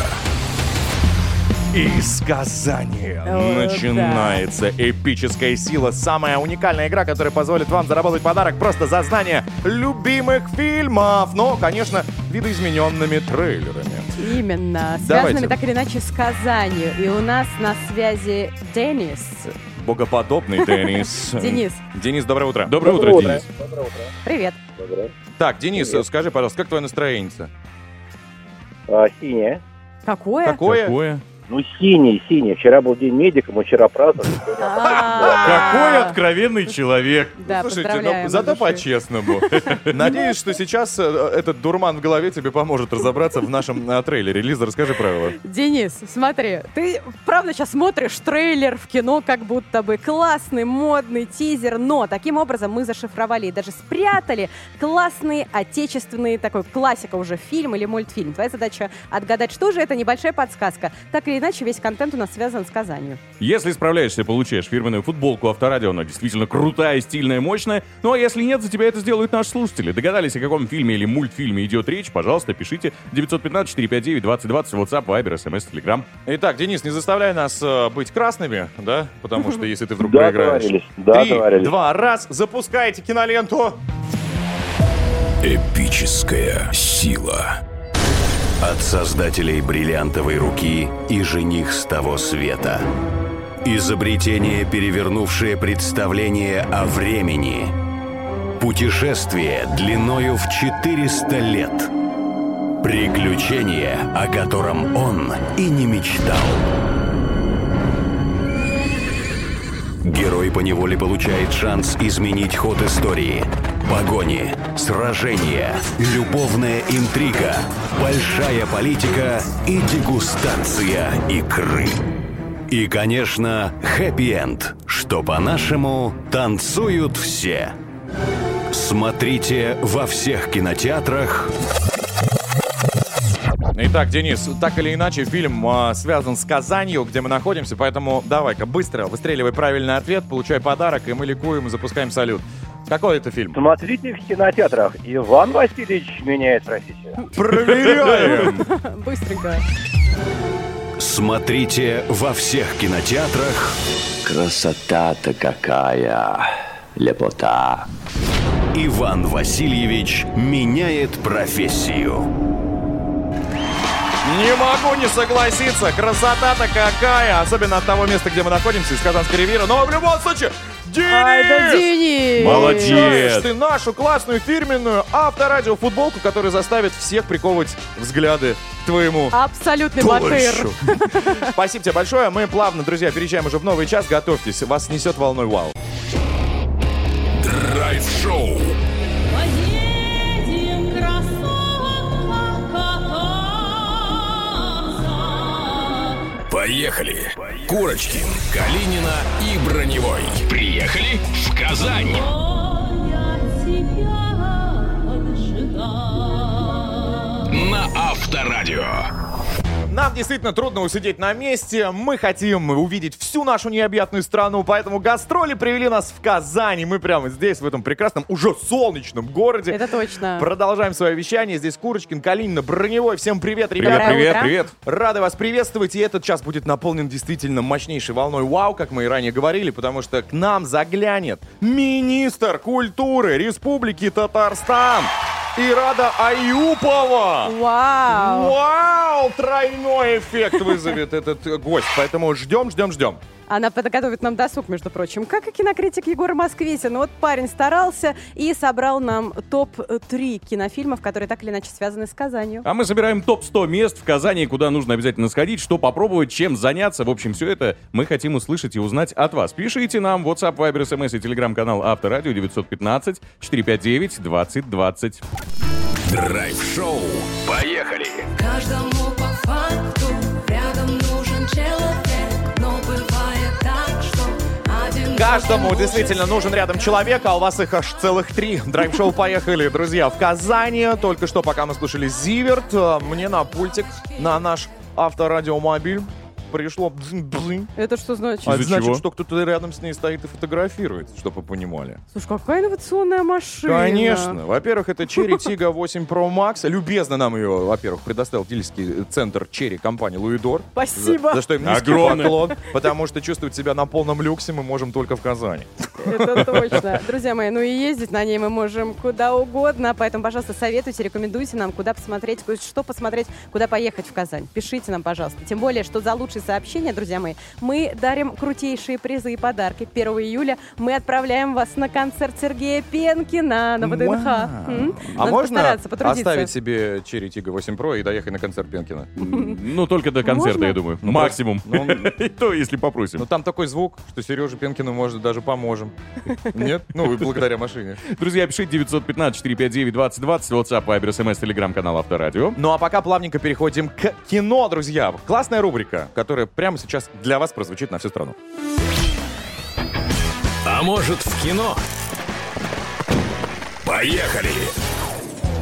Из Казани О, начинается эпическая сила. Самая уникальная игра, которая позволит вам заработать подарок просто за знание любимых фильмов. Но, конечно, видоизмененными трейлерами. Именно. Давайте. Связанными так или иначе с Казанью. И у нас на связи Денис. Богоподобный Денис. Денис. Денис, доброе утро. Доброе утро, Денис. Привет. Так, Денис, скажи, пожалуйста, как твое настроение? А, синяя. Какое? Какое? Какое? Ну, синий, синий. Вчера был день медика, мы вчера праздновали. Какой откровенный человек. Да, Слушайте, поздравляем ну, от зато души. по-честному. Надеюсь, что сейчас э, этот дурман в голове тебе поможет разобраться в нашем э, трейлере. Лиза, расскажи правила. Денис, смотри, ты правда сейчас смотришь трейлер в кино, как будто бы классный, модный тизер, но таким образом мы зашифровали и даже спрятали классный отечественный такой классика уже фильм или мультфильм. Твоя задача отгадать, что же это, небольшая подсказка. Так или иначе весь контент у нас связан с Казанью. Если справляешься, получаешь фирменную футболку Авторадио, она действительно крутая, стильная, мощная. Ну а если нет, за тебя это сделают наши слушатели. Догадались, о каком фильме или мультфильме идет речь? Пожалуйста, пишите девятьсот пятнадцать четыреста пятьдесят девять двадцать двадцать, WhatsApp, Viber, эс эм эс, Telegram. Итак, Денис, не заставляй нас э, быть красными, да? Потому что если ты вдруг Да, проиграешь. договорились. Да, Три, договорились. два, раз, запускайте киноленту. Эпическая сила. От создателей «Бриллиантовой руки» и «Жених с того света». Изобретение, перевернувшее представление о времени. Путешествие длиною в четыреста лет. Приключение, о котором он и не мечтал. Герой поневоле получает шанс изменить ход истории. Погони, сражения, любовная интрига, большая политика и дегустация икры. И, конечно, хэппи-энд, что по-нашему танцуют все. Смотрите во всех кинотеатрах. Итак, Денис, так или иначе, фильм а, связан с Казанью, где мы находимся, поэтому давай-ка быстро выстреливай правильный ответ, получай подарок, и мы ликуем и запускаем салют. Какой это фильм? Смотрите в кинотеатрах. Иван Васильевич меняет профессию. Проверяем! Быстренько. Смотрите во всех кинотеатрах. Красота-то какая, лепота. Иван Васильевич меняет профессию. Не могу не согласиться, красота-то какая, особенно от того места, где мы находимся, из Казанской ривьеры, но в любом случае, Денис! Ай, да Денис! Молодец! Ты нашу классную фирменную авторадио футболку, которая заставит всех приковывать взгляды к твоему Абсолютный батыр. товарищу. Спасибо тебе большое, мы плавно, друзья, переезжаем уже в новый час, готовьтесь, вас несет волной вау. Драйв-шоу. Поехали! Курочкин, Калинина и Броневой. Приехали в Казань. На Авторадио. Нам действительно трудно усидеть на месте. Мы хотим увидеть всю нашу необъятную страну, поэтому гастроли привели нас в Казань. И мы прямо здесь, в этом прекрасном, уже солнечном городе. Это точно. Продолжаем свое вещание. Здесь Курочкин, Калинина, Броневой. Всем привет, ребята. Привет, привет, привет. Рады вас приветствовать. И этот час будет наполнен действительно мощнейшей волной вау, как мы и ранее говорили, потому что к нам заглянет министр культуры Республики Татарстан Ирада Аюпова. Вау! Вау! Тройной эффект вызовет этот гость. Поэтому ждем, ждем, ждем. Она подготовит нам досуг, между прочим. Как и кинокритик Егор Москвитин. Вот парень старался и собрал нам топ три кинофильмов, которые так или иначе связаны с Казанью. А мы собираем топ сто мест в Казани, куда нужно обязательно сходить, что попробовать, чем заняться. В общем, все это мы хотим услышать и узнать от вас. Пишите нам в WhatsApp, Viber, эс эм эс и Telegram-канал Авторадио девятьсот пятнадцать четыреста пятьдесят девять двадцать двадцать. Драйв-шоу. Поехали! Каждому по факту рядом нужен человек, но бывает так, что один... Каждому действительно нужен рядом человек, а у вас их аж целых три. Драйв-шоу поехали, друзья, в Казани. Только что, пока мы слушали Зиверт, мне на пультик, на наш авторадиомобиль пришло бзынь-бзынь. Это что значит? А это значит, что кто-то рядом с ней стоит и фотографирует, чтобы вы понимали. Слушай, какая инновационная машина. Конечно. Во-первых, это Cherry Tiggo восемь Pro Max. Любезно нам ее, во-первых, предоставил дилерский центр Cherry компании Луидор. Спасибо. За, за что им низкий Огромное. поклон, потому что чувствовать себя на полном люксе мы можем только в Казани. Это точно. Друзья мои, ну и ездить на ней мы можем куда угодно, поэтому, пожалуйста, советуйте, рекомендуйте нам, куда посмотреть, что посмотреть, куда поехать в Казань. Пишите нам, пожалуйста. Тем более, что за лучшие сообщения, друзья мои, мы дарим крутейшие призы и подарки. первого июля мы отправляем вас на концерт Сергея Пенкина на ВДНХ. М? А Надо можно постараться, потрудиться. оставить себе Cherry Tiggo восемь Pro и доехать на концерт Пенкина? Ну, только до концерта, Можно? я думаю. Ну, Максимум. ну, И то, если попросим. Ну там такой звук, что Сереже Пенкину, может, даже поможем. Нет? Ну, вы благодаря машине. Друзья, пишите девятьсот пятнадцать четыреста пятьдесят девять двадцать двадцать, WhatsApp, Viber, эс эм эс, Telegram-канал Авторадио. Ну а пока плавненько переходим к кино, друзья. Классная рубрика, которая прямо сейчас для вас прозвучит на всю страну. А может, в кино? Поехали!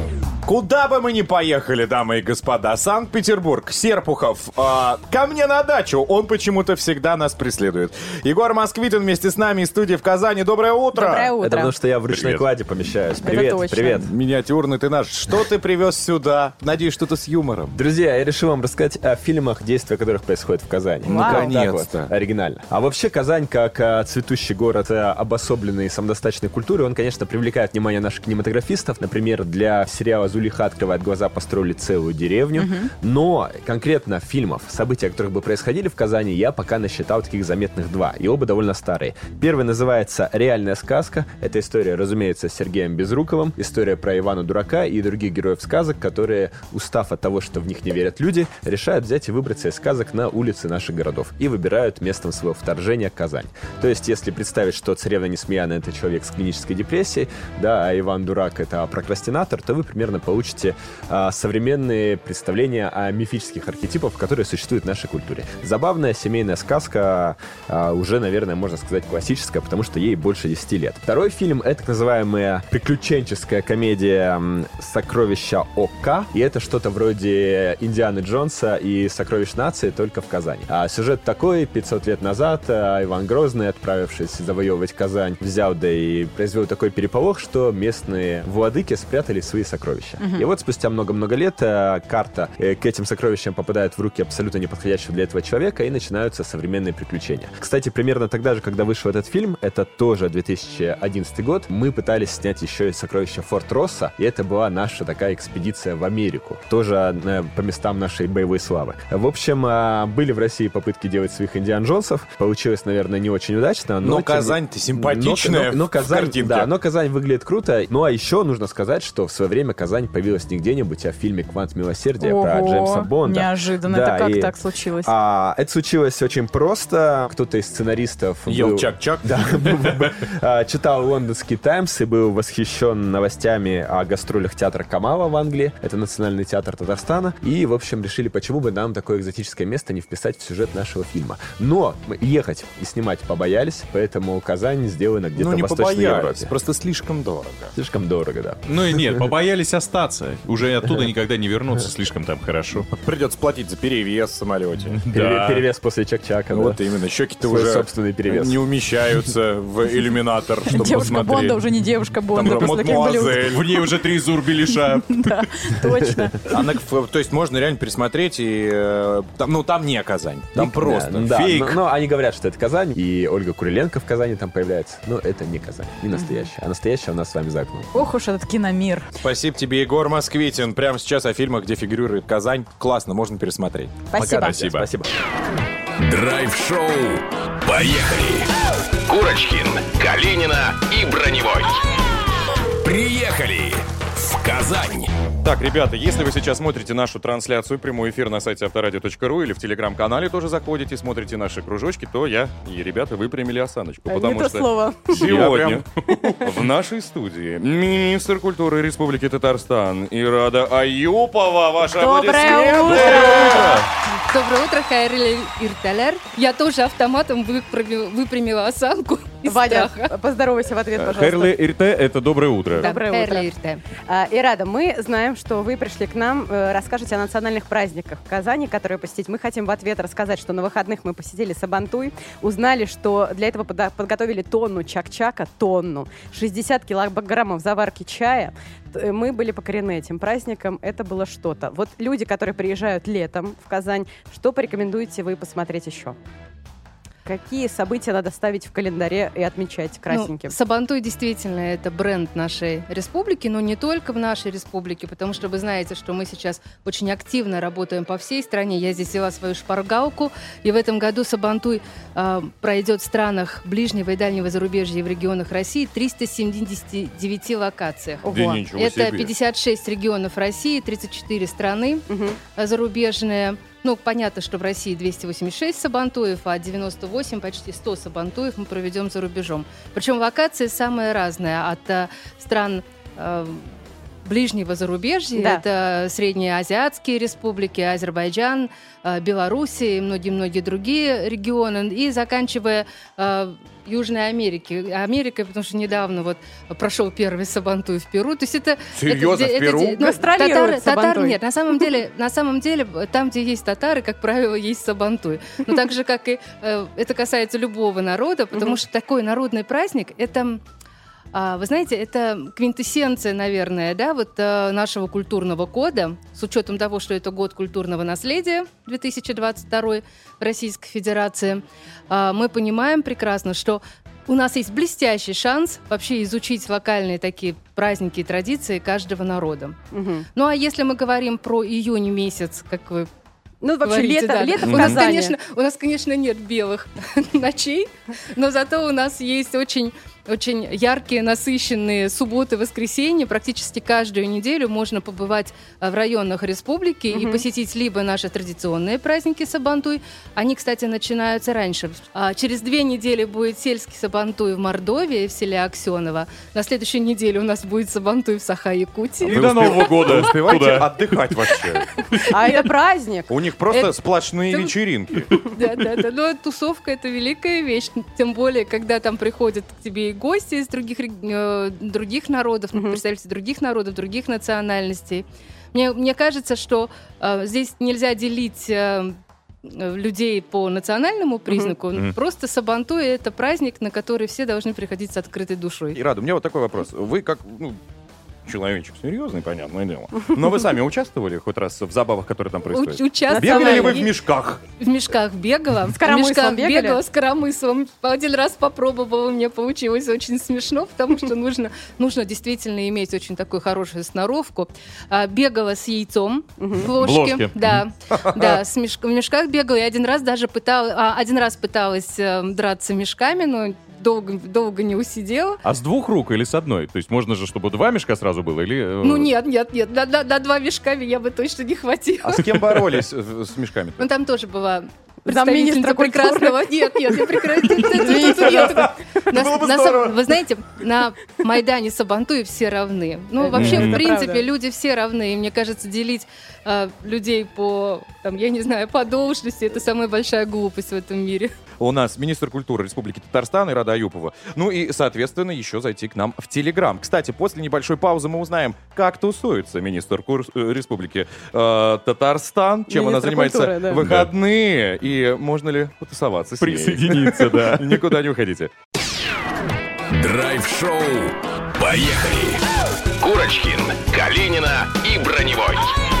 Куда бы мы ни поехали, дамы и господа, Санкт-Петербург, Серпухов, э, ко мне на дачу, он почему-то всегда нас преследует. Егор Москвитин вместе с нами из студии в Казани. Доброе утро! Доброе утро. Это потому, что я в ручной Привет. кладе помещаюсь. Это Привет, точно. привет. Миниатюрный ты наш. Что ты привез сюда? Надеюсь, что-то с юмором. Друзья, я решил вам рассказать о фильмах, действия которых происходят в Казани. Вау. Вот так Наконец-то. вот, оригинально. А вообще Казань, как а, цветущий город, а, обособленный самодостаточной культурой, он, конечно, привлекает внимание наших кинематографистов. Например, для сериала «Зулиха открывает глаза» построили целую деревню. Мгм. Но конкретно фильмов, события, которые бы происходили в Казани, я пока насчитал таких заметных два. И оба довольно старые. Первый называется «Реальная сказка». Это история, разумеется, с Сергеем Безруковым. История про Ивана Дурака и других героев сказок, которые, устав от того, что в них не верят люди, решают взять и выбраться из сказок на улицы наших городов и выбирают местом своего вторжения Казань. То есть, если представить, что царевна Несмеяна — это человек с клинической депрессией, да, а Иван Дурак — это прокрастинатор, то вы примерно получите а, современные представления о мифических архетипах, которые существуют в нашей культуре. Забавная семейная сказка, а, уже, наверное, можно сказать, классическая, потому что ей больше десяти лет. Второй фильм — это так называемая приключенческая комедия м, «Сокровища ОК», и это что-то вроде «Индианы Джонса» и «Сокровищ нации», только в Казани. А сюжет такой: пятьсот лет назад а, Иван Грозный, отправившись завоевывать Казань, взял да и произвел такой переполох, что местные владыки спрятали свои сокровища. Мгм. И вот спустя много-много лет а, карта э, к этим сокровищам попадает в руки абсолютно неподходящего для этого человека, и начинаются современные приключения. Кстати, примерно тогда же, когда вышел этот фильм, это тоже две тысячи одиннадцатый год, мы пытались снять еще и «Сокровища Форт Росса», и это была наша такая экспедиция в Америку, тоже э, по местам нашей боевой славы. В общем, э, были в России попытки делать своих Индиан Джонсов, получилось, наверное, не очень удачно. Но тем- Казань-то симпатичная Но, но- но в Казань, картинке. да, но Казань выглядит круто. Ну а еще нужно сказать, что в свое время Казань появилась не где-нибудь, а в фильме «Квант милосердия» про Ого, Джеймса Бонда. неожиданно. Да, Это как и- так случилось? А, это случилось очень просто. Кто-то из сценаристов Ел был- чак-чак. Да, был- был- а, читал лондонский «Таймс» и был восхищен новостями о гастролях театра Камала в Англии. Это национальный театр Татарстана. И, в общем, решили, почему бы нам такое экзотическое место не вписать в сюжет нашего фильма. Но мы ехать и снимать побоялись, поэтому Казань сделана где-то Ну, не в Восточной побоялись, Европе. просто слишком дорого. Слишком дорого, да. Ну и нет, побоялись остаться. Уже оттуда никогда не вернуться, слишком там хорошо. Придется платить за перевес в самолете. Переве- Перевес после чак-чака, да. Вот именно, щеки-то Свой уже собственный перевес. не умещаются в иллюминатор, чтобы Девушка посмотреть. Бонда уже не девушка Бонда Там после таких блюд. мадемуазель. В ней уже три зурбелиша. Да, точно. Она, ф- то есть можно реально пересмотреть и... э, там, ну, там не Казань. Там Не- просто да, фейк. Но, но они говорят, что это Казань, и Ольга Куриленко в Казани там появляется. Но это не Казань, не настоящая. А настоящая у нас с вами за окном. Ох уж этот киномир. Спасибо тебе, Егор Москвитин. Прямо сейчас о фильмах, где фигурирует Казань. Классно, можно пересмотреть. Спасибо. Пока, Спасибо. Спасибо. Драйв-шоу. Поехали! Курочкин, Калинина и Броневой. Приехали в Казань. Так, ребята, если вы сейчас смотрите нашу трансляцию, прямой эфир на сайте авторадио точка ру или в телеграм-канале тоже заходите, смотрите наши кружочки, то я и ребята выпрямили осаночку. А, Потому не то что слово. сегодня в нашей студии министр культуры Республики Татарстан Ирада Аюпова. Ваши Доброе аплодисменты. Доброе утро, Хайрли Ирталер. Я тоже автоматом выпрямила, выпрямила осанку из Ваня, страха. поздоровайся в ответ, пожалуйста. Хайрле Ирте — это доброе утро. Да, Доброе Хайрли утро. Ирте. А, Ирада, мы знаем, что вы пришли к нам, э, расскажете о национальных праздниках в Казани, которые посетить. Мы хотим в ответ рассказать, что на выходных мы посетили Сабантуй, узнали, что для этого пода- подготовили тонну чак-чака, тонну, шестьдесят килограммов заварки чая. Т- Мы были покорены этим праздником, это было что-то. Вот люди, которые приезжают летом в Казань, что порекомендуете вы посмотреть еще? Какие события надо ставить в календаре и отмечать красненьким? Ну, Сабантуй действительно это бренд нашей республики, но не только в нашей республике, потому что вы знаете, что мы сейчас очень активно работаем по всей стране. Я здесь взяла свою шпаргалку, и в этом году Сабантуй э, пройдет в странах ближнего и дальнего зарубежья и в регионах России триста семьдесят девять локациях. Да ничего Это себе. пятьдесят шесть регионов России, тридцать четыре страны Мгм. э, зарубежные. Ну, понятно, что в России двести восемьдесят шесть сабантуев, а девяносто восемь, почти сто сабантуев мы проведем за рубежом. Причем локации самые разные, от э, стран э, ближнего зарубежья. Да. Это среднеазиатские республики, Азербайджан, э, Белоруссия и многие-многие другие регионы. И заканчивая э, Южной Америки. Америкой, потому что недавно вот прошел первый Сабантуй в Перу. То есть это... Серьезно, это, в Перу? Это, ну, Гастролирует татары, татары Сабантуй. нет. На самом деле, на самом деле, там, где есть татары, как правило, есть Сабантуй. Но так же, как и э, это касается любого народа, потому что такой народный праздник, это... А, вы знаете, это квинтэссенция, наверное, да, вот а, нашего культурного кода, с учетом того, что это год культурного наследия две тысячи двадцать второй в Российской Федерации. А, мы понимаем прекрасно, что у нас есть блестящий шанс вообще изучить локальные такие праздники и традиции каждого народа. Мгм. Ну а если мы говорим про июнь месяц, как вы Ну, вообще, говорите, лето, да. лето в у нас, Казани. конечно, у нас, конечно, нет белых ночей, но зато у нас есть очень, очень яркие, насыщенные субботы, воскресенья. Практически каждую неделю можно побывать а, в районах республики и Мгм. посетить либо наши традиционные праздники Сабантуй. Они, кстати, начинаются раньше. А, через две недели будет сельский Сабантуй в Мордовии, в селе Аксеново. На следующей неделе у нас будет Сабантуй в Саха-Якутии. И до Нового года Вы успеваете туда. отдыхать вообще? А это праздник. У них просто Это- сплошные это- вечеринки. Да, да, да. Но тусовка — это великая вещь. Тем более, когда там приходят к тебе и гости из других, рег- э, других народов, представители других народов, других национальностей. Мне, мне кажется, что э, здесь нельзя делить э, э, людей по национальному признаку. Мгм. Просто Сабантуй — это праздник, на который все должны приходить с открытой душой. Ирада, у меня вот такой вопрос. Вы как, ну, человечек серьезный, понятное дело. Но вы сами участвовали хоть раз в забавах, которые там происходят? Уч- участвовали. Бегали ли вы в мешках? В мешках бегала. С коромыслом в мешках бегали? бегала, с коромыслом. Один раз попробовала, мне получилось очень смешно, потому что нужно, нужно действительно иметь очень такую хорошую сноровку. А, бегала с яйцом в ложке. В ложке. Да, да, с мешк- в мешках бегала. И один раз даже пыталась, а, один раз пыталась э, драться мешками, но долго, долго не усидела. А с двух рук или с одной? То есть можно же, чтобы два мешка сразу было? Или, э, Ну нет, нет, нет, на, на- на два мешка я бы точно не хватила. А с кем боролись э, с мешками? Ну там тоже была Замминистра представительница прекрасного. Нет, нет, я прекрасна. Было бы здорово. Вы знаете, на Майдане Сабантуй все равны. Ну, вообще, Это в принципе, правда. люди все равны. И мне кажется, делить а, людей по, там, я не знаю, по должности — это самая большая глупость в этом мире. У нас министр культуры Республики Татарстан Ирада Аюпова. Ну и, соответственно, еще зайти к нам в Телеграм. Кстати, после небольшой паузы мы узнаем, как тусуется министр кур- э, Республики э, Татарстан, чем она Министр занимается культуры, да. в выходные, и можно ли потусоваться с ней. Присоединиться, да. Никуда не уходите. Драйв-шоу. Поехали! Курочкин, Калинина и Броневой.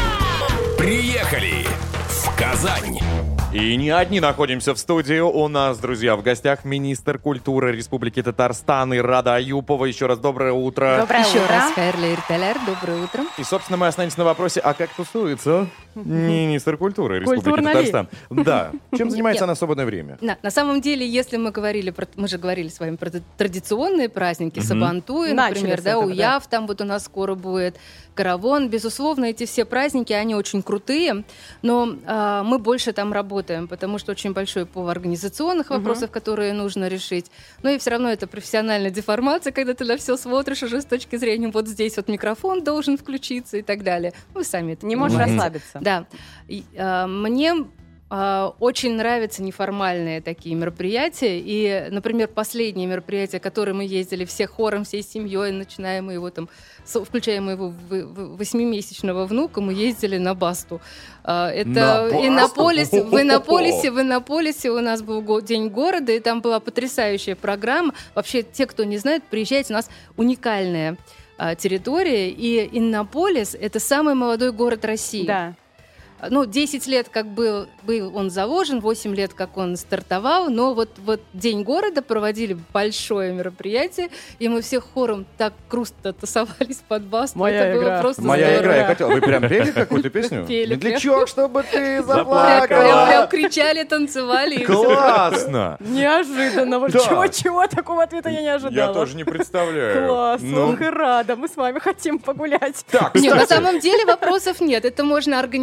Приехали в Казань. И не одни находимся в студии. У нас, друзья, в гостях министр культуры Республики Татарстан Ирада Аюпова. Еще раз доброе утро. Доброе Еще утро. раз, Хайрле Ирталер, доброе утро. И, собственно, мы остановимся на вопросе, а как тусуется министр культуры Республики Культурно ли? Татарстан? Да. Чем занимается Нет. она в свободное время? На, на самом деле, если мы говорили про, мы же говорили с вами про т- традиционные праздники, Сабантуй, Начали например, с да, этого, да. Уяв, там вот у нас скоро будет Каравон. Безусловно, эти все праздники, они очень крутые, но а, мы больше там работаем, потому что очень большой пул организационных вопросов, которые нужно решить. Но и все равно это профессиональная деформация, когда ты на все смотришь уже с точки зрения вот здесь вот микрофон должен включиться и так далее. Вы сами это Не можешь понимаете. расслабиться. Да. И, а, мне а, очень нравятся неформальные такие мероприятия. И, например, последнее мероприятие, которое мы ездили все хором, всей семьей, начиная мы его там, с- включая моего в- в- восьмимесячного внука, мы ездили на Басту. А, это На Басту? Иннополис, в Иннополисе, в Иннополисе у нас был го- День города, и там была потрясающая программа. Вообще, те, кто не знает, приезжайте, у нас уникальная а, территория, и Иннополис — это самый молодой город России. Да. Ну, десять лет как был, был он заложен, восемь лет как он стартовал, но вот, вот День города проводили большое мероприятие, и мы все хором так круто тусовались под Басту. Моя Это было игра. просто Моя здорово. игра, я хотел. Вы прям пели какую-то песню? Пели, Медлячок, чтобы ты Прям, заплакала. прям- прям кричали, танцевали. и всё. Классно! Неожиданно. Вот Да. чего, чего, такого ответа я не ожидала. Я тоже не представляю. Класс, Ну, ох и рада. Мы с вами хотим погулять. так, Нет, на кстати, самом деле вопросов нет. Это можно организовать.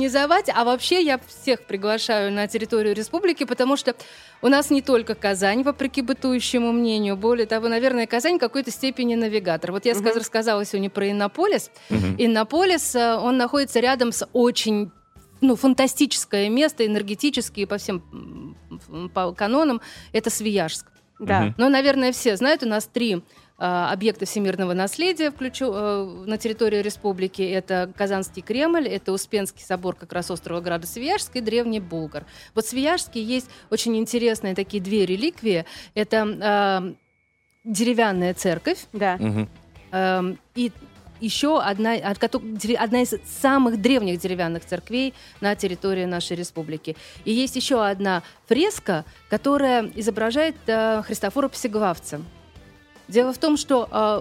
приезжайте. А вообще я всех приглашаю на территорию республики, потому что у нас не только Казань, вопреки бытующему мнению. Более того, наверное, Казань в какой-то степени навигатор. Вот я Мгм. сказ- рассказала сегодня про Иннополис. Мгм. Иннополис, э, он находится рядом с очень ну, фантастическое место, энергетически и по всем м, по канонам. Это Свияжск. Да. Мгм. Но, наверное, все знают, у нас три а, объекта всемирного наследия включу, э, на территории республики. Это Казанский Кремль, это Успенский собор как раз острова града Свияжск и Древний Булгар. Вот в Свияжске есть очень интересные такие две реликвии. Это э, деревянная церковь. Да. Э, и еще одна, от кото- дере- одна из самых древних деревянных церквей на территории нашей республики. И есть еще одна фреска, которая изображает э, Христофора Псеглавца. Дело в том, что э,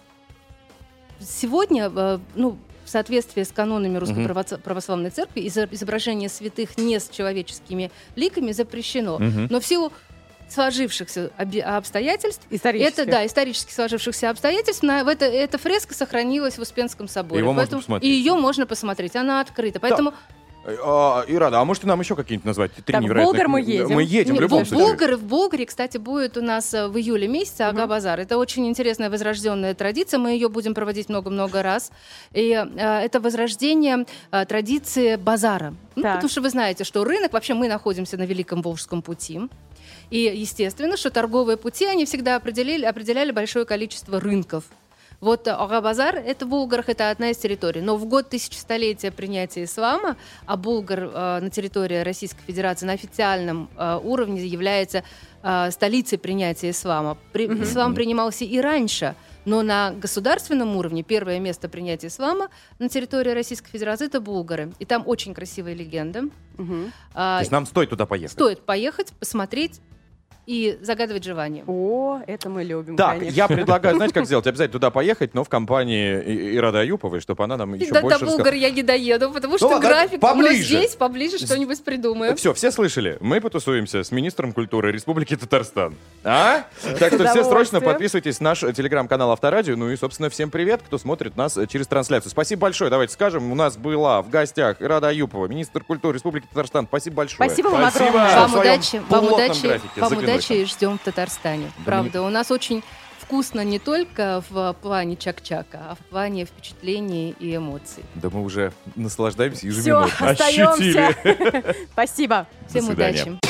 сегодня, э, ну, в соответствии с канонами Русской Мгм. правоц- православной церкви, изо- изображение святых не с человеческими ликами запрещено. Мгм. Но в силу сложившихся оби- обстоятельств, Исторических. это, да, исторически сложившихся обстоятельств, на, в это, эта фреска сохранилась в Успенском соборе. Его можно Поэтому- посмотреть. И ее можно посмотреть, она открыта. Поэтому А, Ирада, а можете нам еще какие-нибудь назвать? Три Так, в невероятных- Болгар мы едем. Мы едем в Не, любом в случае. Булгаре, в Булгаре, кстати, будет у нас э, в июле месяце Ага-базар. Это очень интересная возрожденная традиция. Мы ее будем проводить много-много раз. И э, это возрождение э, традиции базара. Ну, Так. потому что вы знаете, что рынок, вообще мы находимся на Великом Волжском пути. И естественно, что торговые пути, они всегда определили, определяли большое количество рынков. Вот Ага-базар, это в Булгарах, это одна из территорий. Но в год тысячелетия принятия ислама, а Булгар э, на территории Российской Федерации на официальном э, уровне является э, столицей принятия ислама. При- Мгм. Ислам принимался и раньше, но на государственном уровне первое место принятия ислама на территории Российской Федерации — это Булгары. И там очень красивая легенда. А, То есть нам стоит туда поехать. Стоит поехать, посмотреть и загадывать желание. О, это мы любим, Так, конечно. я предлагаю, знаете, как сделать? Обязательно туда поехать, но в компании И- Ирады Аюповой, чтобы она нам еще До, больше до рассказала. Булгар я не доеду, потому что Ну ладно, график. поближе. Но здесь поближе что-нибудь придумаем. Все, все слышали? Мы потусуемся с министром культуры Республики Татарстан. А? Так С что все удовольствием. срочно подписывайтесь на наш телеграм-канал Авторадио. Ну и, собственно, всем привет, кто смотрит нас э, через трансляцию. Спасибо большое. Давайте скажем, у нас была в гостях Ирада Аюпова, министр культуры Республики Татарстан. Спасибо большое. Спасибо вам огромное. Что в Вам своем удачи, вам плотном удачи, графике вам заглянули удачи и ждем в Татарстане. Да Правда, у нас очень вкусно не только в плане чак-чака, а в плане впечатлений и эмоций. Да мы уже наслаждаемся Все, ежеминутно. остаемся. Спасибо. Всем До свидания. удачи.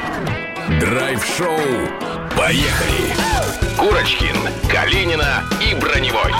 Драйв-шоу. Поехали! Курочкин, Калинина и Броневой.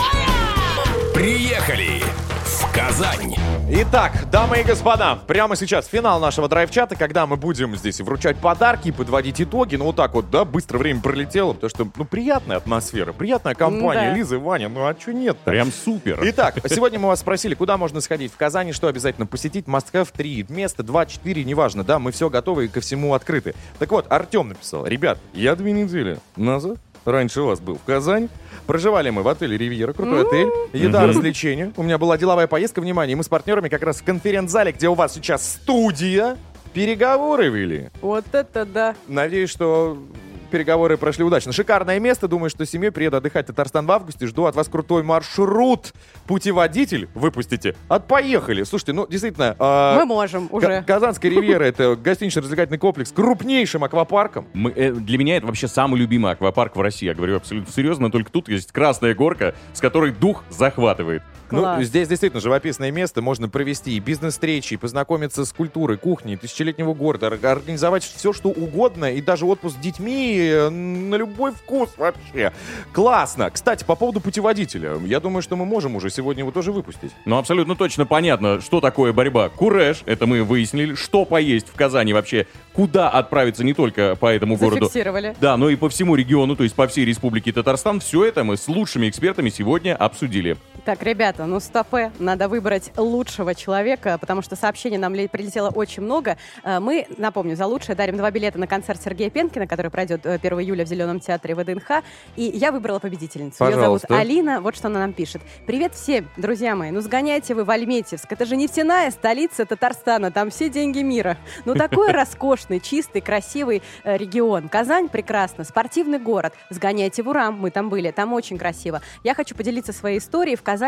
Приехали в Казань. Итак, дамы и господа, прямо сейчас финал нашего драйв-чата, когда мы будем здесь вручать подарки, подводить итоги. Ну вот так вот, да, быстро время пролетело, потому что, ну, приятная атмосфера, приятная компания. Да. Лиза и Ваня, ну а что нет-то? Прям супер. Итак, сегодня мы вас спросили, куда можно сходить в Казани, что обязательно посетить. Must-have три места, два, четыре, неважно, да, мы все готовы и ко всему открыты. Так вот, Артем написал: ребят, я две недели назад, раньше вас был в Казань. Проживали мы в отеле «Ривьера», крутой отель, еда, Мгм. развлечения. У меня была деловая поездка, внимание, и мы с партнерами как раз в конференц-зале, где у вас сейчас студия, переговоры вели. Вот это да. Надеюсь, что переговоры прошли удачно. Шикарное место. Думаю, что с семьей приеду отдыхать в Татарстан в августе. Жду от вас крутой маршрут. Путеводитель выпустите. От поехали. Слушайте, ну, действительно... э, Мы можем уже. Ка- Казанская ривьера — это гостинично-развлекательный комплекс с крупнейшим аквапарком. Мы, э, для меня это вообще самый любимый аквапарк в России. Я говорю абсолютно серьезно, только тут есть красная горка, с которой дух захватывает. Ну, здесь действительно живописное место. Можно провести и бизнес-встречи, и познакомиться с культурой, кухней, тысячелетнего города, ор- организовать все, что угодно, и даже отпуск с детьми э, на любой вкус вообще. Классно. Кстати, по поводу путеводителя. Я думаю, что мы можем уже сегодня его тоже выпустить. Ну, абсолютно точно понятно, что такое борьба. Куреш, это мы выяснили, что поесть в Казани вообще, куда отправиться не только по этому городу. Зафиксировали. Да, но и по всему региону, то есть по всей Республике Татарстан. Все это мы с лучшими экспертами сегодня обсудили. Так, ребята, ну стопэ, надо выбрать лучшего человека, потому что сообщений нам ли- прилетело очень много. Э, Мы, напомню, за лучшее дарим два билета на концерт Сергея Пенкина, который пройдет э, первого июля в Зеленом театре ВДНХ. И я выбрала победительницу. Ее зовут Пожалуйста. Алина. Вот что она нам пишет. Привет всем, друзья мои. Ну сгоняйте вы в Альметьевск. Это же нефтяная столица Татарстана. Там все деньги мира. Ну такой роскошный, чистый, красивый э, регион. Казань прекрасно. Спортивный город. Сгоняйте в Урам. Мы там были. Там очень красиво. Я хочу поделиться своей историей. В Казани я встретила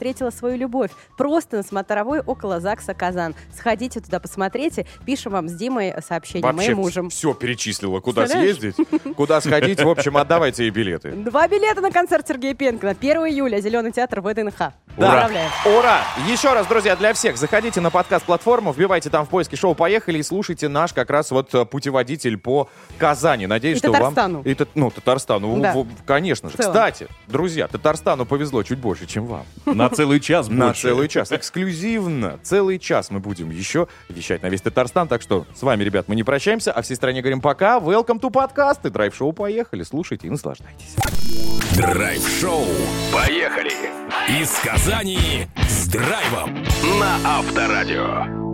встретила свою любовь. Просто на смотровой около ЗАГСа Казан. Сходите туда, посмотрите. Пишем вам с Димой сообщение, Вообще моим мужем. все перечислила. Куда Представляешь? съездить, куда сходить. В общем, отдавайте ей билеты. Два билета на концерт Сергея Пенкина. первого июля. Зеленый театр ВДНХ. Ура! Поздравляем. Ура! Еще раз, друзья, для всех заходите на подкаст-платформу, вбивайте там в поиске шоу «Поехали» и слушайте наш как раз вот э, путеводитель по Казани. Надеюсь, И что Татарстану. вам... И Тат- Ну, Татарстану. Да. В- в- Конечно же. В целом. Кстати, друзья, Татарстану повезло чуть больше, чем вам. На целый час На больше. целый час. Эксклюзивно. Целый час мы будем еще вещать на весь Татарстан. Так что с вами, ребят, мы не прощаемся, а всей стране говорим пока. Welcome to подкасты. Драйв-шоу «Поехали». Слушайте и наслаждайтесь. Драйв-шоу. Поехали! Из Казани с драйвом на Авторадио.